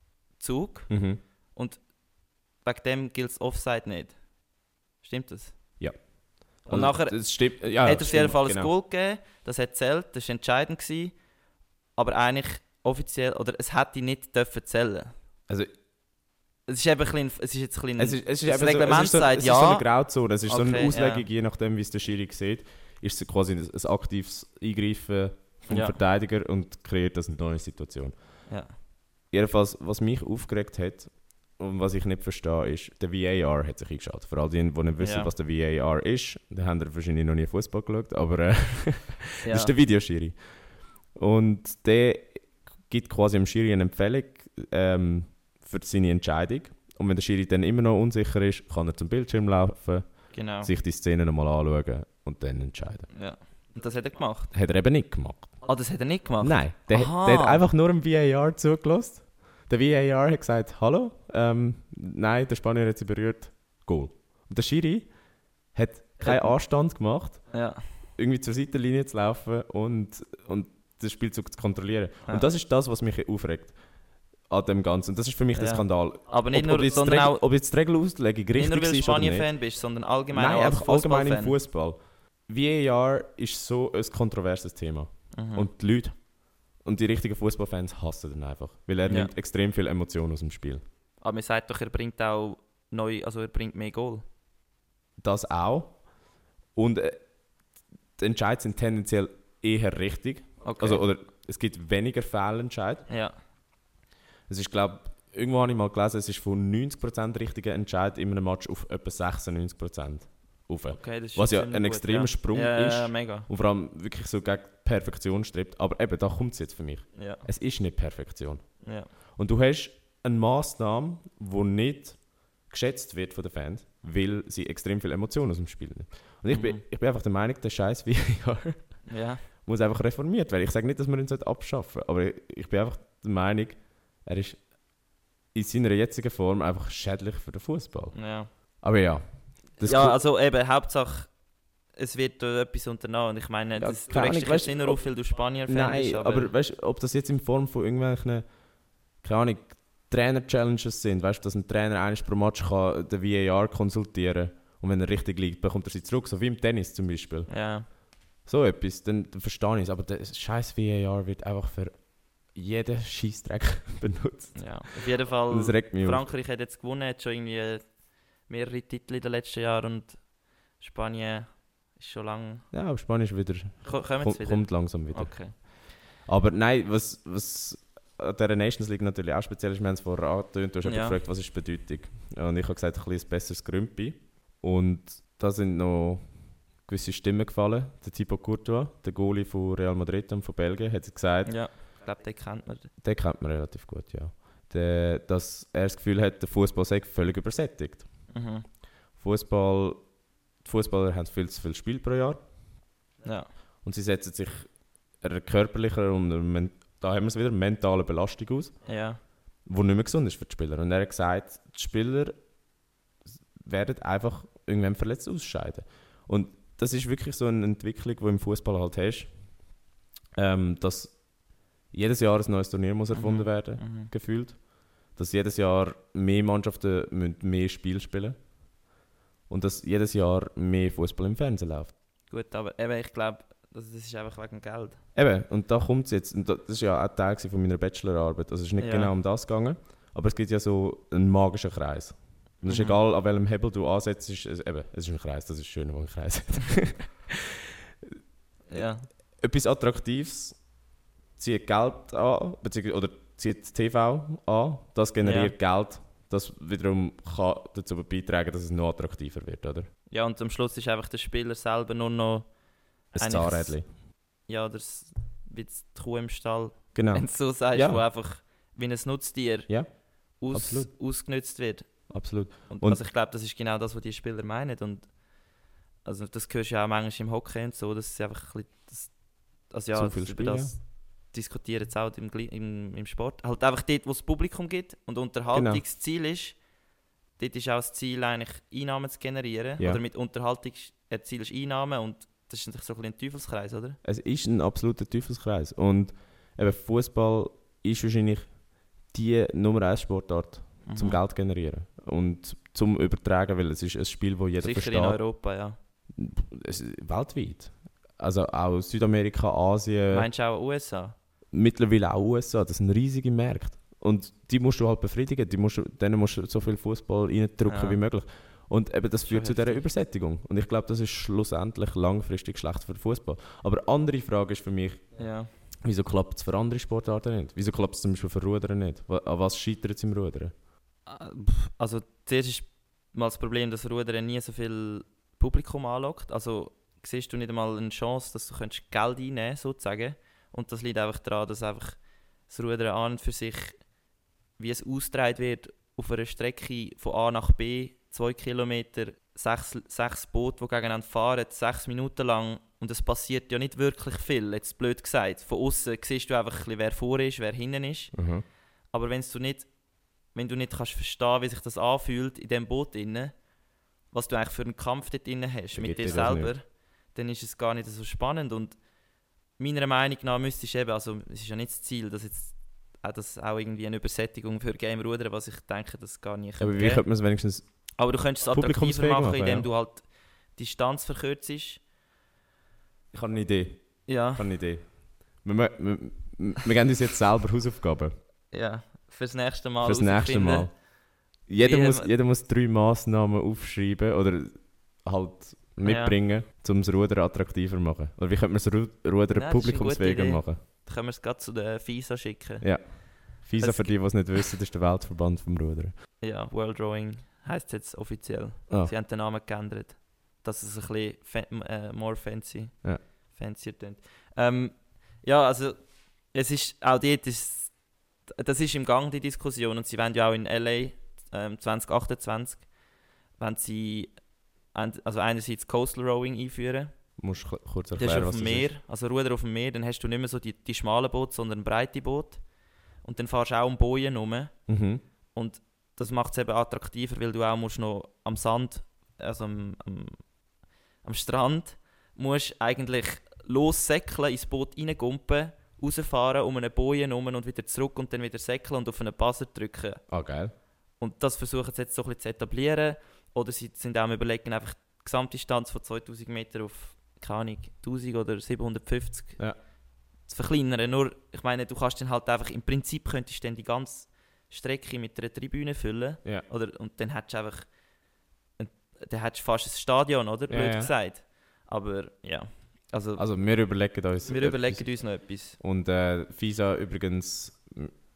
Mhm. Und wegen dem gilt das Offside nicht. Stimmt das? Ja. Und Also, nachher das stimmt, ja, hat er auf jeden Fall ein genau. Goal gegeben, das hat zählt, das war entscheidend gewesen, aber eigentlich offiziell, oder es hätte nicht dürfen zählen. Also, Es ist eben ein bisschen, es ist jetzt ein bisschen, es ist, es ist das eben Reglement so, es ist so, sagt es ja. ist so eine Grauzone, es ist so eine Okay, Auslegung, ja. je nachdem, wie es der Schiri sieht, ist es quasi ein, ein aktives Eingreifen vom Ja. Verteidiger und kreiert das eine neue Situation. ja. Jedenfalls, was mich aufgeregt hat und was ich nicht verstehe, ist, der V A R hat sich eingeschaltet. Für all die, die nicht wissen, Ja. was der V A R ist, dann haben wir wahrscheinlich noch nie Fußball geschaut, aber äh, ja. das ist der Videoschiri. Und der gibt quasi dem Schiri eine Empfehlung ähm, für seine Entscheidung. Und wenn der Schiri dann immer noch unsicher ist, kann er zum Bildschirm laufen, Genau. sich die Szene nochmal anschauen und dann entscheiden. Ja. Und das hat er gemacht. Hat er eben nicht gemacht. Ah, das hat er nicht gemacht? Nein, der, Aha. der hat einfach nur dem V A R zugelassen. Der V A R hat gesagt, hallo, ähm, nein, der Spanier hat sie berührt, Goal. Und der Schiri hat keinen Anstand gemacht, Ja. irgendwie zur Seitenlinie zu laufen und, und den Spielzug zu kontrollieren. Ja. Und das ist das, was mich aufregt an dem Ganzen. Und das ist für mich der Ja. Skandal. Aber nicht ob, nur, ob, jetzt die sondern Regel, auch, ob jetzt die Regelauslegung nicht richtig nur, weil du ist oder nicht. Spanien-Fan bist, sondern allgemein Nein, auch als einfach allgemein im Fußballfan. Fußball. V A R ist so ein kontroverses Thema. Mhm. Und die Leute und die richtigen Fußballfans hassen ihn einfach. Weil er Ja. nimmt extrem viel Emotionen aus dem Spiel. Aber man sagt doch, er bringt auch neu, also er bringt mehr Goal. Das auch. Und äh, die Entscheide sind tendenziell eher richtig. Okay. Also, oder es gibt weniger Fehlentscheide. ja. Es ist, glaube irgendwo habe ich mal gelesen, es ist von neunzig Prozent richtigen Entscheid in einem Match auf etwa sechsundneunzig Prozent rauf. Okay, das ist Was ja ziemlich ein gut, extremer ja. Sprung ja, ist. Ja, mega. Und vor allem wirklich so gegen Perfektion strebt. Aber eben, da kommt es jetzt für mich. Ja. Es ist nicht Perfektion. Ja. Und du hast eine Massnahme, die nicht geschätzt wird von den Fans, weil sie extrem viel Emotionen aus dem Spiel nimmt. Und ich, bin, Mhm. ich bin einfach der Meinung, der scheiß V A R Ja. muss einfach reformiert werden. Ich sage nicht, dass man ihn abschaffen sollte, aber ich bin einfach der Meinung, er ist in seiner jetzigen Form einfach schädlich für den Fußball. Ja. Aber ja. Das ja, Ku- also eben, Hauptsache, es wird da etwas unternommen. Und ich meine, Ja, das, du keine regst Ahnung, dich weißt jetzt nicht du, nur ob- auf, weil du Spanier-Fan Nein, bist. aber, aber weißt du, ob das jetzt in Form von irgendwelchen, keine Ahnung, Trainer-Challenges sind, weißt du, dass ein Trainer eines pro Match kann den V A R konsultieren und wenn er richtig liegt, bekommt er sie zurück, so wie im Tennis zum Beispiel. Ja. So etwas, dann, dann verstehe ich es. Aber der scheiß V A R wird einfach für jeden Scheissdreck benutzt. ja. Auf jeden Fall, Und das regt mich auf. Frankreich hat jetzt gewonnen, hat schon irgendwie mehrere Titel in den letzten Jahren und Spanien ist schon lange... Ja, aber Spanisch wieder, Ko- Kommen kommt, sie wieder? kommt langsam wieder. Okay. Aber nein, was, was an dieser Nations League natürlich auch speziell ist, wir haben es vorher angetönt, du hast Ja. ja. gefragt, was ist die Bedeutung. Und ich habe gesagt, ein bisschen ein besseres Grümpi. Und da sind noch gewisse Stimmen gefallen. Der Thibaut Courtois, der Goalie von Real Madrid und von Belgien, hat gesagt, Ja, ich glaube, den kennt man. den kennt man relativ gut, ja. Der, dass er das Gefühl hat, der Fußball sei völlig übersättigt. Mhm. Fußball, die Fußballer haben viel zu viel Spiel pro Jahr Ja. und sie setzen sich einer körperlichen und einer, men- da haben wir es wieder, mentalen Belastung aus, Ja. die nicht mehr gesund ist für die Spieler. Und er hat gesagt, die Spieler werden einfach irgendwann verletzt ausscheiden. Und das ist wirklich so eine Entwicklung, die im Fußball halt hast, ähm, dass jedes Jahr ein neues Turnier muss erfunden Mhm. werden, Mhm. gefühlt. Dass jedes Jahr mehr Mannschaften müssen mehr Spiel spielen und dass jedes Jahr mehr Fußball im Fernsehen läuft. Gut, aber eben, ich glaube, das, das ist einfach wegen Geld. Eben, und da kommt es jetzt, und das ist ja auch Teil gewesen von meiner Bachelorarbeit, also es ist nicht Ja. genau um das gegangen, aber es gibt ja so einen magischen Kreis. Und es ist Mhm. egal, an welchem Hebel du ansetzt, es, ist- eben, es ist ein Kreis, das ist schön, wo ein Kreis hat. Ja. Etwas Attraktives zieht Geld an, beziehungsweise, oder zieht T V an, das generiert Geld, das wiederum kann dazu beitragen, dass es noch attraktiver wird, oder? Ja, und am Schluss ist einfach der Spieler selber nur noch Ein eigentlich Zahnrädchen. ja, das wie die Kuh im Stall, Genau. wenn du so sagst, Ja. wo einfach wie ein Nutztier Ja, aus, absolut. ausgenutzt wird. Absolut. Und, Und- also ich glaube, das ist genau das, was die Spieler meinen. Und also das hörst du ja auch manchmal im Hockey und so, dass sie einfach ein bisschen, das, also ja, Zu viel über Spiel, das diskutieren sie auch im, Gli- im, im Sport. Halt einfach dort, wo es Publikum gibt und Unterhaltungsziel ist, dort ist auch das Ziel eigentlich Einnahmen zu generieren. Ja. Oder mit Unterhaltung erzielst du Einnahmen und das ist natürlich so ein bisschen ein Teufelskreis, oder? Es ist ein absoluter Teufelskreis. Und eben Fußball ist wahrscheinlich die Nummer eins Sportart zum Mhm. Geld generieren und zum Übertragen, weil es ist ein Spiel, das jeder Sicher versteht. in Europa, ja. Es, weltweit. Also auch Südamerika, Asien, Meinst du auch U S A? mittlerweile auch U S A, das sind riesige Märkte. Und die musst du halt befriedigen, die musst du, denen musst du so viel Fußball reindrücken Ja. wie möglich. Und eben das Schon führt zu dieser heftig. Übersättigung. Und ich glaube, das ist schlussendlich langfristig schlecht für den Fußball. Aber eine andere Frage ist für mich, Ja. wieso klappt es für andere Sportarten nicht? Wieso klappt es zum Beispiel für Rudern nicht? Wa- An was scheitert es im Rudern? Äh, pff, Also zuerst ist mal das Problem, dass Rudern nie so viel Publikum anlockt. Also siehst du nicht einmal eine Chance, dass du könntest Geld einnehmen könntest, sozusagen. Und das liegt einfach daran, dass einfach das Rudern an und für sich, wie es ausgetragen wird, auf einer Strecke von A nach B, zwei Kilometer, sechs, sechs Boote, die gegeneinander fahren, sechs Minuten lang. Und es passiert ja nicht wirklich viel, jetzt blöd gesagt. Von außen siehst du einfach ein bisschen, wer vor ist, wer hinten ist. Mhm. Aber wenn du nicht, wenn du nicht kannst verstehen, wie sich das anfühlt in diesem Boot inne, was du eigentlich für einen Kampf dort drin hast Dann mit gibt dir dir das selber, nicht. dann ist es gar nicht so spannend. Und meiner Meinung nach müsstest du eben, also es ist ja nicht das Ziel, dass jetzt auch, das auch irgendwie eine Übersättigung für Game Rudern, was ich denke, das gar nicht Aber wie geben. könnte man es wenigstens... Aber du könntest es attraktiver publikumsfähig machen, machen, indem ja. du halt die Distanz verkürzt. Ich habe eine Idee. Ja, Ich habe eine Idee. Wir, wir, wir, wir geben uns jetzt selber Hausaufgaben. ja, fürs nächste Mal. Für das nächste herausfinden. Mal. Jeder Wie- muss, jeder muss drei Massnahmen aufschreiben oder halt mitbringen, um das Rudern attraktiver zu machen. Oder wie könnte man das Ru- Rudern Ja, das ist eine publikumsfähiger gute Idee. machen? Dann können wir es gerade zu der FISA schicken. Ja. FISA, Es für die, die es nicht wissen, ist der Weltverband vom Rudern. Ja, World Rowing heisst es jetzt offiziell. Ah, Sie haben den Namen geändert. Dass es ein bisschen fa- äh, more fancy, Ja. fancier klingt. Ähm, ja, also es ist auch dort, ist, das ist im Gang, die Diskussion. Und sie wollen ja auch in L A ähm, zwanzig achtundzwanzig wenn sie ein- also einerseits Coastal Rowing einführen. musst du kurz Das ist erklären, auf was dem das Meer, ist. also Ruder auf dem Meer, dann hast du nicht mehr so die, die schmalen Boote, sondern breite Boote. Und dann fährst du auch um Bojen rum. Mhm. Und das macht es eben attraktiver, weil du auch musst noch am Sand, also am, am, am Strand, musst eigentlich lossäckeln, ins Boot reingumpen, rausfahren, um eine Boje herum und wieder zurück und dann wieder säckeln und auf einen Buzzer drücken. Ah, geil. Und das versuchen sie jetzt so ein bisschen zu etablieren. Oder sie sind auch am Überlegen, einfach die Gesamtdistanz von zweitausend Meter auf, keine Ahnung, tausend oder siebenhundertfünfzig Ja. zu verkleinern. Nur, ich meine, du kannst dann halt einfach, im Prinzip könntest du dann die ganze Strecke mit einer Tribüne füllen. Ja. Oder, und dann hättest du einfach ein, dann hättest du fast ein Stadion, oder? Blöd Ja, ja. gesagt. Aber ja, also, Also wir überlegen uns wir etwas. überlegen uns noch etwas. Und äh, FISA übrigens, m-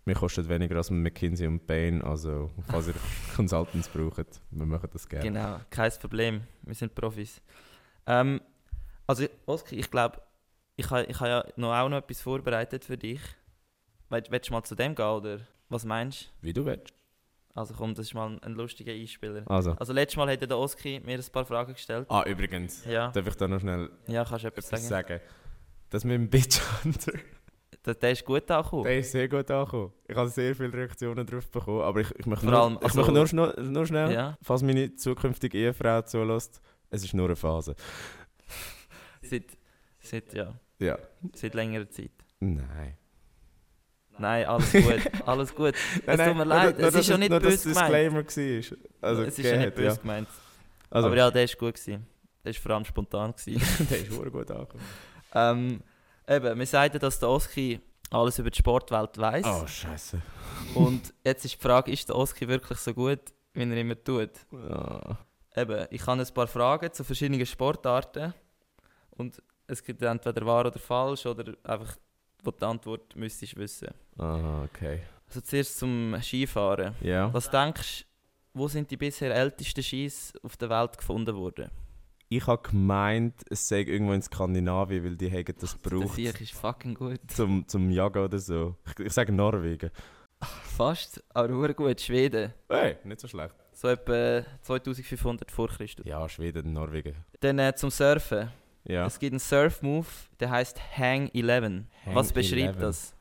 Wir kosten weniger als McKinsey und Bain, also falls ihr Consultants braucht, wir machen das gerne. Genau, kein Problem. Wir sind Profis. Ähm, also, Oskar, ich glaube, ich habe ich ha ja noch auch noch etwas vorbereitet für dich. Willst, willst du mal zu dem gehen, oder was meinst du? Wie du willst. Also komm, das ist mal ein, ein lustiger Einspieler. Also. Also letztes Mal hat der Oski mir ein paar Fragen gestellt. Ah, übrigens, Ja, darf ich da noch schnell ja kannst du etwas etwas sagen? sagen? Das mit dem Bitch Hunter, Der, der ist gut angekommen. der ist sehr gut angekommen. Ich habe sehr viele Reaktionen darauf bekommen, aber ich, ich möchte Vor nur, allem, ich also- möchte nur, schnell, nur schnell, Ja, falls meine zukünftige Ehefrau zulässt, es ist nur eine Phase. seit, seit, ja, Ja. seit längerer Zeit. Nein. Nein, alles gut, alles gut. Es tut mir leid, nur, es ist ja nicht nur, böse dass gemeint. Disclaimer war. Also, Es ist ja nicht geht, böse gemeint. Also, Aber ja, der war gut. Gewesen. Der war vor allem spontan. Gewesen. der ist sehr gut angekommen. ähm, eben, wir sagten, dass der Oski alles über die Sportwelt weiss. Oh, Scheiße. Und jetzt ist die Frage, ist der Oski wirklich so gut, wie er immer tut? Ja. Eben, ich habe ein paar Fragen zu verschiedenen Sportarten. Und es gibt entweder wahr oder falsch, oder einfach, wo die Antwort müsstest du wissen. Ah, okay. Also zuerst zum Skifahren. Ja. Was denkst du, wo sind die bisher ältesten Skis auf der Welt gefunden worden? Ich habe gemeint, es sei irgendwo in Skandinavien, weil die haben das Der gebraucht Sieg ist fucking gut. zum, zum Jagen oder so. Ich, ich sage Norwegen. Fast, aber nur gut. Schweden. Hey, nicht so schlecht. So etwa zweitausendfünfhundert vor Christus. Ja, Schweden, Norwegen. Dann äh, zum Surfen. Ja. Es gibt einen Surf-Move, der heißt Hang elf. Hang Was beschreibt elf. das?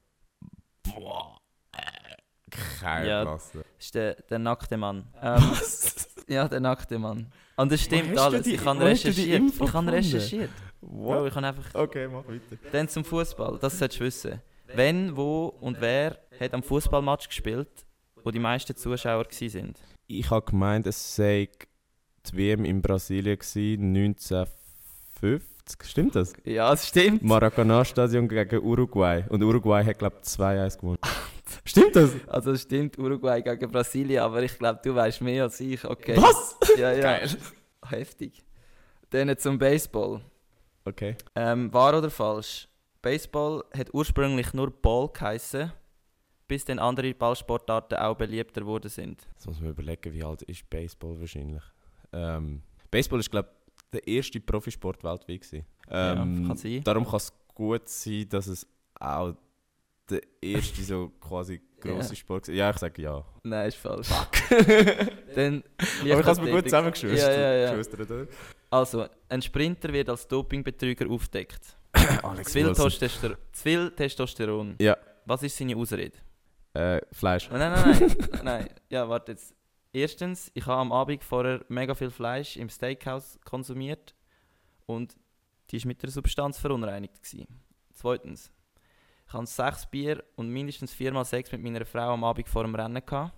Boah. Keine Ja. Klasse. Das ist der, der nackte Mann. Ähm, ja, der nackte Mann. Und das stimmt hast du alles. die- ich habe wo hast du die recherchiert. Info Ich habe gefunden? recherchiert. Bro, What? ich habe einfach... Okay, mach weiter. Dann zum Fußball. Das solltest du wissen. Wenn, wo und wer hat am Fußballmatch gespielt, wo die meisten Zuschauer waren? Ich habe gemeint, es sei die W M in Brasilien gewesen, neunzehnhundertfünfzig. Stimmt das? Ja, es stimmt. Maracanã-Stadion gegen Uruguay. Und Uruguay hat, glaube ich, zwei eins gewonnen. Stimmt das? Also es stimmt, Uruguay gegen Brasilien, aber ich glaube, du weißt mehr als ich. Okay. Was? Ja, ja. Geil. Heftig. Dann zum Baseball. Okay. Ähm, wahr oder falsch? Baseball hat ursprünglich nur Ball geheissen, bis dann andere Ballsportarten auch beliebter geworden sind. Jetzt muss man überlegen, wie alt ist Baseball wahrscheinlich. Ähm, Baseball ist, glaube ich, der erste Profisport weltweit gewesen. Ähm, Ja, kann sein. Darum kann es gut sein, dass es auch der erste so quasi grosse Ja. Sport war. Ja, ich sage ja. Nein, ist falsch. Dann Aber ich habe es mir gut zusammengeschustert. Ja, ja, ja. geschustert, oder? Also, ein Sprinter wird als Dopingbetrüger aufgedeckt. Alex Zu viel, Wilson. Testoster zu viel Testosteron. Ja. Was ist seine Ausrede? Äh, Fleisch. Nein, nein, nein. nein. Ja, warte jetzt. Erstens, ich habe am Abend vorher mega viel Fleisch im Steakhouse konsumiert und die war mit der Substanz verunreinigt gewesen. Zweitens, ich hatte sechs Bier und mindestens viermal Sex mit meiner Frau am Abend vor dem Rennen gehabt.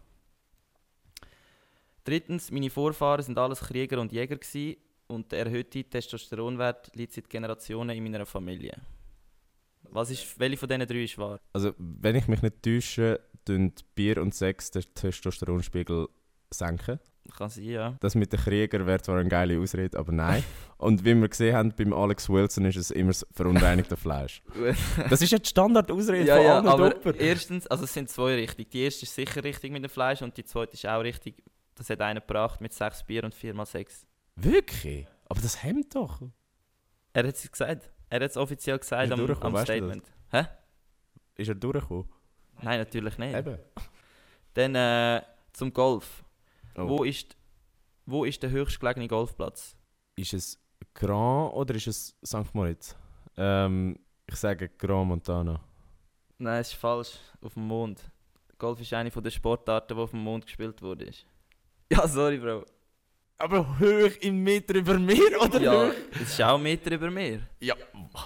Drittens, meine Vorfahren sind alles Krieger und Jäger gewesen und der erhöhte Testosteronwert liegt seit Generationen in meiner Familie. Was ist, welche von diesen drei ist wahr? Also, wenn ich mich nicht täusche, tun Bier und Sex den Testosteronspiegel senken. Kann sein, ja. Das mit den Kriegern wäre zwar eine geile Ausrede, aber nein. Und wie wir gesehen haben, beim Alex Wilson ist es immer das verunreinigte Fleisch. Das ist ja die Standardausrede Ja, von ja, allen aber Doppern. erstens, also es sind zwei richtig. Die erste ist sicher richtig mit dem Fleisch und die zweite ist auch richtig. Das hat einer gebracht mit sechs Bier und viermal sechs. Wirklich? Aber das hemmt doch. Er hat es gesagt. Er hat es offiziell gesagt Ist er am, durchgekommen, am weißt du Statement. Hä? Ist er durchgekommen? Nein, natürlich nicht. Eben. Dann äh, zum Golf. Oh. Wo, ist, wo ist der höchstgelegene Golfplatz? Ist es Grand oder ist es Sankt Moritz? Ähm, ich sage Grand Montana. Nein, es ist falsch. Auf dem Mond. Golf ist eine der Sportarten, die auf dem Mond gespielt wurde. Ja, sorry, Bro. Aber hoch im Meter über Meer oder Ja, es ist auch ein Meter über Meer. Ja.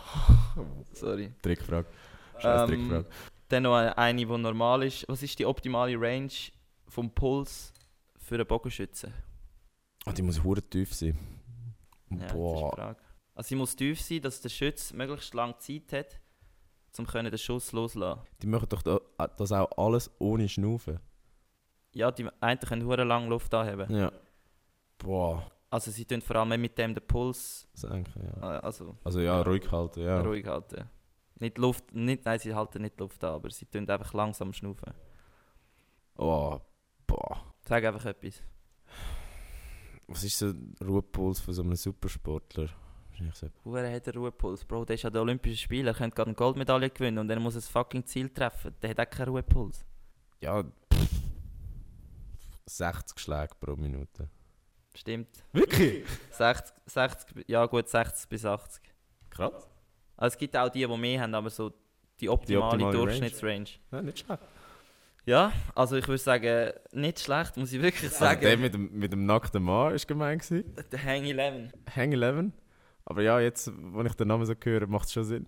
Sorry. Trickfrage. Scheiß Ähm, Trickfrage. Dann noch eine, die normal ist. Was ist die optimale Range vom Puls für einen Bogenschützen? Oh, die muss hure tief sein. Ja, das ist die Boah. Frage. Also sie muss tief sein, dass der Schütz möglichst lange Zeit hat, um den Schuss loszulassen. Die machen doch da, das auch alles ohne Schnaufen. Ja, die einen können hure lang Luft anheben. Ja. Boah. Also sie tun vor allem mit dem den Puls Das eigentlich, ja. äh, also, Also ja, ruhig halten, ja. ruhig halten. Nicht Luft, nicht, nein, sie halten nicht Luft an, aber sie tun einfach langsam schnaufen. Oh, boah. Sag einfach etwas. Was ist so der Ruhepuls von so einem Supersportler? Wahrscheinlich so. Hure hat einen Ruhepuls. Bro, der ist an den Olympischen Spielen, er könnte gerade eine Goldmedaille gewinnen und er muss ein fucking Ziel treffen. Der hat auch keinen Ruhepuls. Ja, pff, sechzig Schläge pro Minute. Stimmt. Wirklich? sechzig, sechzig, ja gut, sechzig bis achtzig. Krass. Also es gibt auch die, die mehr haben, aber so die optimale, optimale Durchschnittsrange. Ja, nicht schlecht. Ja, also ich würde sagen, nicht schlecht, muss ich wirklich Also sagen. der mit dem, mit dem nackten Mann war gemein. Gewesen. Der Hang elf. Hang elf. Aber ja, jetzt, wo ich den Namen so höre, macht es schon Sinn.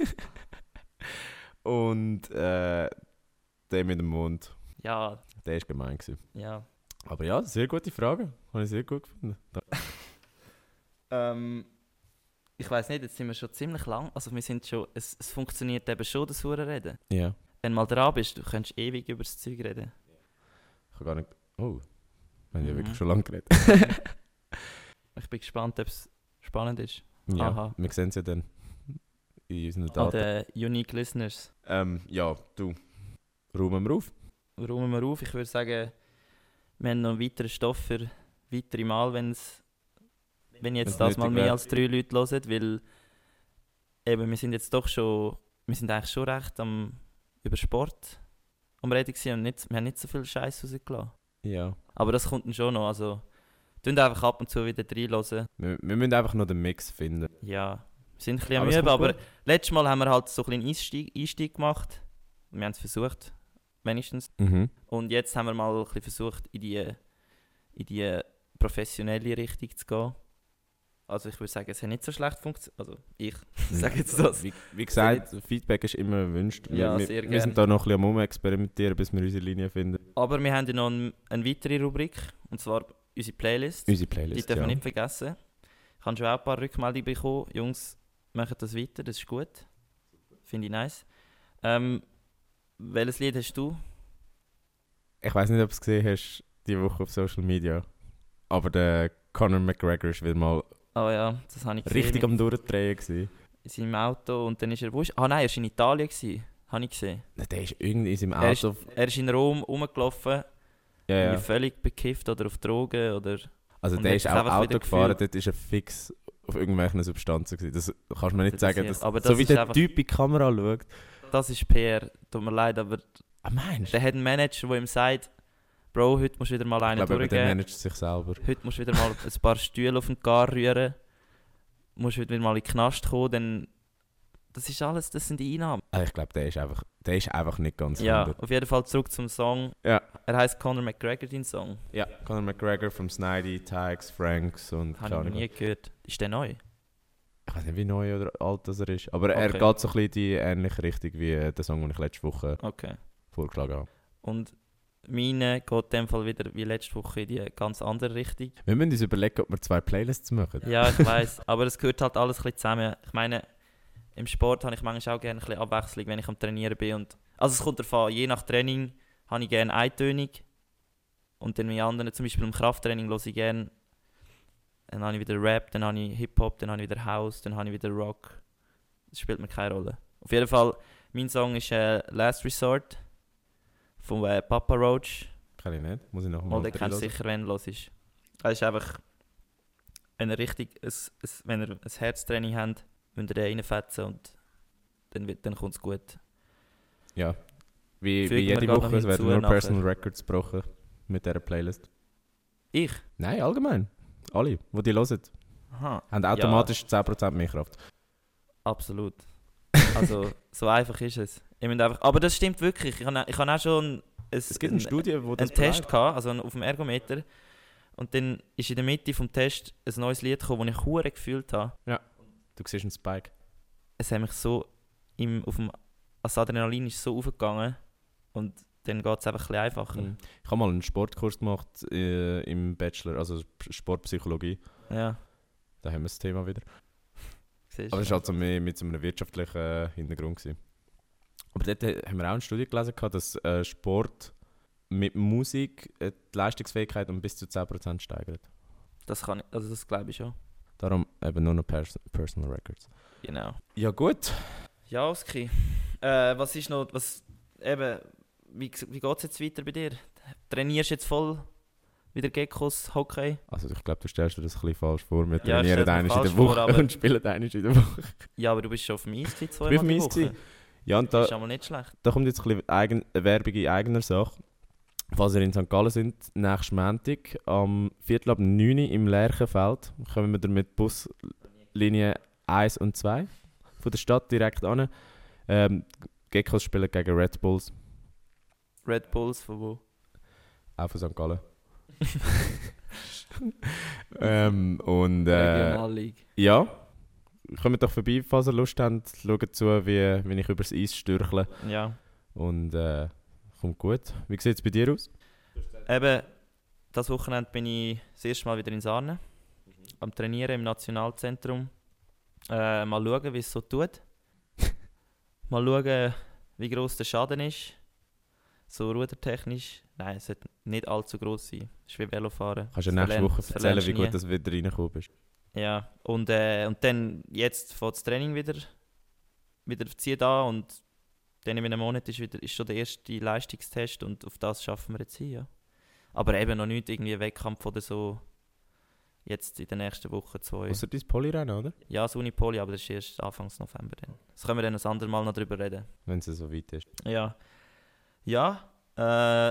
Und äh, der mit dem Mond, Ja, der war gemein. Gewesen. ja. Aber ja, sehr gute Frage. Habe ich sehr gut gefunden. Ähm, ich weiß nicht, jetzt sind wir schon ziemlich lang. Also wir sind schon, es, es funktioniert eben schon, das hure Reden. Ja. Wenn du mal dran bist, du kannst ewig über das Zeug reden. Ich habe gar nicht... Oh, wir haben ja Mhm. wirklich schon lange geredet. Ich bin gespannt, ob es spannend ist. Ja, Aha. wir sehen es ja dann in unseren An Daten. den Unique Listeners. Ähm, ja, du, räumen wir auf. Räumen wir auf. Ich würde sagen, wir haben noch einen weiteren Stoff für weitere Mal, wenn's, wenn jetzt Wenn's das mal nötig mehr wär. als drei Leute hören, weil eben, wir sind jetzt doch schon, wir sind eigentlich schon recht am, über Sport am Reden gewesen und nicht, wir haben nicht so viel Scheiß rausgelassen. Ja. Aber das kommt dann schon noch, also tun einfach ab und zu wieder reinhören. Wir, wir müssen einfach noch den Mix finden. Ja, wir sind ein bisschen am Aber es Üben, kommt aber gut. letztes Mal haben wir halt so ein bisschen einen Einstieg, Einstieg gemacht. Wir haben es versucht, wenigstens. Mhm. Und jetzt haben wir mal ein bisschen versucht, in die, in die professionelle Richtung zu gehen. Also ich würde sagen, es hat nicht so schlecht funktioniert. Also ich sage jetzt das. Wie, wie gesagt, Feedback ist immer erwünscht. Ja, wir, sehr wir gern. sind da noch ein bisschen am Umexperimentieren, bis wir unsere Linie finden. Aber wir haben ja noch ein, eine weitere Rubrik, und zwar unsere Playlist. Unsere Die Playlist, dürfen ja. wir nicht vergessen. Ich habe schon auch ein paar Rückmeldungen bekommen. Jungs, machen das weiter, das ist gut. Finde ich nice. Ähm, welches Lied hast du? Ich weiß nicht, ob du es gesehen hast, diese Woche auf Social Media. Aber der Conor McGregor ist wieder mal Oh ja, das habe ich gesehen. richtig mit am Durchdrehen gewesen. in seinem Auto und dann ist er... Wo ist, ah nein, er war in Italien. Gewesen. Habe ich gesehen. Der ist irgendwie in seinem Er ist, Auto... er ist in Rom rumgelaufen, Ja, ja. völlig bekifft oder auf Drogen oder... Also und der hat ist sich auch einfach Auto wieder gefahren, gefühlt. dort ist er fix auf irgendwelchen Substanzen gewesen. Das kannst du mir nicht Das sagen. hier- Dass, aber das so wie ist der einfach- Typ in die Kamera schaut. Das ist P R, tut mir leid, aber Ah, meinst du? der hat einen Manager, der ihm sagt, Bro, heute musst du wieder mal Ich einen glaube, der durchgeben. managt sich selber. Heute musst du wieder mal ein paar Stühle auf den Gar rühren. Musst wieder mal in den Knast kommen, dann... Das ist alles, das sind die Einnahmen. Ah, ich glaube, der ist einfach, der ist einfach nicht ganz Ja, hundert. auf jeden Fall zurück zum Song. Ja. Er heisst Conor McGregor, dein Song. Ja, Conor McGregor vom Snidey, Tags, Franks und Habe keine ich noch Ahnung. nie gehört. Ist der neu? Ich weiß nicht, wie neu oder alt das er ist. Aber er Okay. geht so ein bisschen in die ähnliche Richtung wie äh, der Song, den ich letzte Woche Okay. vorgeschlagen habe. Und meine geht in dem Fall wieder wie letzte Woche in die ganz andere Richtung. Wir müssen uns überlegen, ob wir zwei Playlists machen. Ja, ich weiss, aber es gehört halt alles ein bisschen zusammen. Ich meine, im Sport habe ich manchmal auch gerne ein bisschen Abwechslung, wenn ich am Trainieren bin. Und, also es kommt davon, je nach Training habe ich gerne eintönig. Und dann mit anderen, zum Beispiel im Krafttraining, höre ich gerne. Dann habe ich wieder Rap, dann habe ich Hip-Hop, dann habe ich wieder House, dann habe ich wieder Rock. Das spielt mir keine Rolle. Auf jeden Fall, mein Song ist äh, Last Resort von äh, Papa Roach. Kann ich nicht. Muss ich noch Mal, mal den kennst du reinhören. sicher, wenn du hörst. Es ist einfach, wenn ihr richtig, ein, ein, wenn ihr ein Herztraining habt, müsst ihr den reinfetzen und dann, wird- dann kommt es gut. Ja. Wie, Fügen wie wir jede grad Woche, noch es werden hinzu nur nachher. Personal Records gebrochen mit dieser Playlist. Ich? Nein, allgemein. Alle, die die hören, Aha, haben automatisch zehn Prozent mehr Kraft. absolut. Also, so einfach ist es. Ich müsst einfach, aber das stimmt wirklich. Ich habe ich habe auch schon ein, Es gibt eine Studie, wo das einen Test beleidigt. gehabt, also auf dem Ergometer. Und dann ist in der Mitte vom Test ein neues Lied gekommen, das ich hure gefühlt habe. Du siehst einen Spike. Es hat mich so im, auf dem, das Adrenalin ist so aufgegangen und dann geht es einfach ein bisschen einfacher. Mhm. Ich habe mal einen Sportkurs gemacht äh, im Bachelor, also Sportpsychologie. Ja, Da haben wir das Thema wieder. siehst Aber es du. war halt so mehr mit so einem wirtschaftlichen äh, Hintergrund. Gewesen. Aber dort äh, haben wir auch eine Studie gelesen, gehabt, dass äh, Sport mit Musik äh, die Leistungsfähigkeit um bis zu zehn Prozent steigert. Das kann ich, also das glaube ich schon. Darum eben nur noch Pers Personal Records. Genau. Ja gut, Ja, Oski. Äh, was ist noch, was, eben, wie, wie geht es jetzt weiter bei dir? Trainierst du jetzt voll wieder Geckos, Hockey? Also ich glaube, du stellst dir das ein bisschen falsch vor. Wir Ja, ich trainieren stell's mir einmal in falsch der Woche vor, aber- und spielen einmal in der Woche. Ja, aber du bist schon auf dem Eis gewesen, Ich bin zweimal auf dem die Eis Woche. gewesen. Ja, und Das da, ist einmal nicht schlecht. da kommt jetzt ein bisschen eigen, eine Werbung in eigener Sache. Falls ihr in Sankt Gallen sind, nächsten Montag am Viertel ab neun Uhr im Lerchenfeld kommen wir dann mit Buslinie eins und zwei von der Stadt direkt an. Ähm, Geckos spielen gegen Red Bulls, Red Bulls von wo? auch von Sankt Gallen. ähm, und äh, Regionalliga. ja, kommt doch vorbei, falls ihr Lust habt. Schaut zu, wie, wie ich übers Eis stürchle. Ja. Und äh, kommt gut. Wie sieht es bei dir aus? Eben, das Wochenende bin ich das erste Mal wieder in Sarne. Am Trainieren im Nationalzentrum. Äh, mal schauen, wie es so tut. Mal schauen, wie gross der Schaden ist. So rudertechnisch. Nein, es sollte nicht allzu gross sein. Es ist wie Velofahren. Kannst du Das nächste verlernt- Woche das erzählen, verlernst wie du gut nie. das wieder reingekommen bist? Ja, und, äh, und dann jetzt fängt das Training wieder, wieder ziehen da und dann in einem Monat ist, wieder, ist schon der erste Leistungstest und auf das schaffen wir jetzt hin, ja. Aber eben noch nicht irgendwie Wettkampf oder so, jetzt in den nächsten Wochen zwei. Außer dein Polyrennen, oder? Ja, das Unipoli, aber das ist erst Anfang November dann. Das können wir dann ein anderes Mal noch drüber reden. Wenn es so weit ist. Ja, ja äh,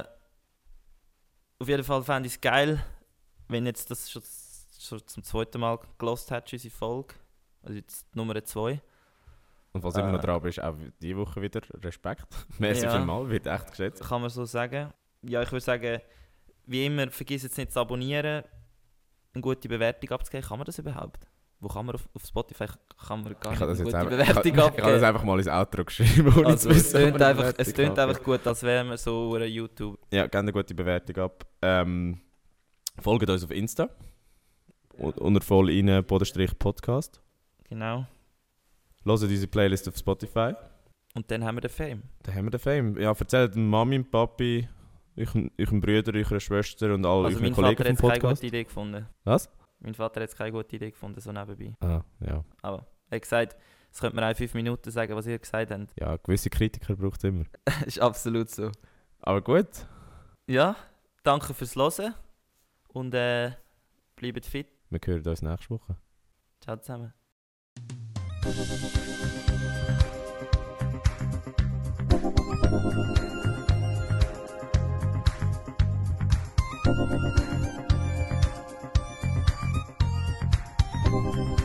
auf jeden Fall fände ich es geil, wenn jetzt das schon, schon zum zweiten Mal gelost hat, unsere Folge. Also jetzt Nummer zwei. Und falls Äh. immer noch dran bist, auch diese Woche wieder Respekt. Merci Ja. vielmals, wird echt geschätzt. Kann man so sagen. Ja, ich würde sagen, wie immer, vergiss jetzt nicht zu abonnieren, eine gute Bewertung abzugeben. Kann man das überhaupt? Wo kann man auf, auf Spotify kann man gar Ich nicht habe eine das jetzt gute einfach, ich, Bewertung ich, ich habe das abgeben? einfach mal ins Outro geschrieben. ohne Also, zu es wissen, ob tönt man eine einfach, es Bewertung tönt abgibt. einfach gut, als wären wir so über YouTube. Ja, gebt eine gute Bewertung ab. Ähm, folgt uns auf Insta. u- Unter voll rein Bodenstrich Podcast. Genau. Hört unsere Playlist auf Spotify. Und dann haben wir den Fame. Da haben wir den Fame. Ja, erzählt Mami und Papi, euren, euren Brüdern, eurer Schwester und all Also euren mein Kollegen Vater hat vom keine Podcast. gute Idee gefunden. Was? Mein Vater hat keine gute Idee gefunden, so nebenbei. Ah, ja. Aber er hat gesagt, es könnte mir auch fünf Minuten sagen, was ihr gesagt habt. Ja, gewisse Kritiker braucht es immer. Ist absolut so. Aber gut. Ja, danke fürs Hören und äh, bleibt fit. Wir hören uns nächste Woche. Ciao zusammen. Thank you.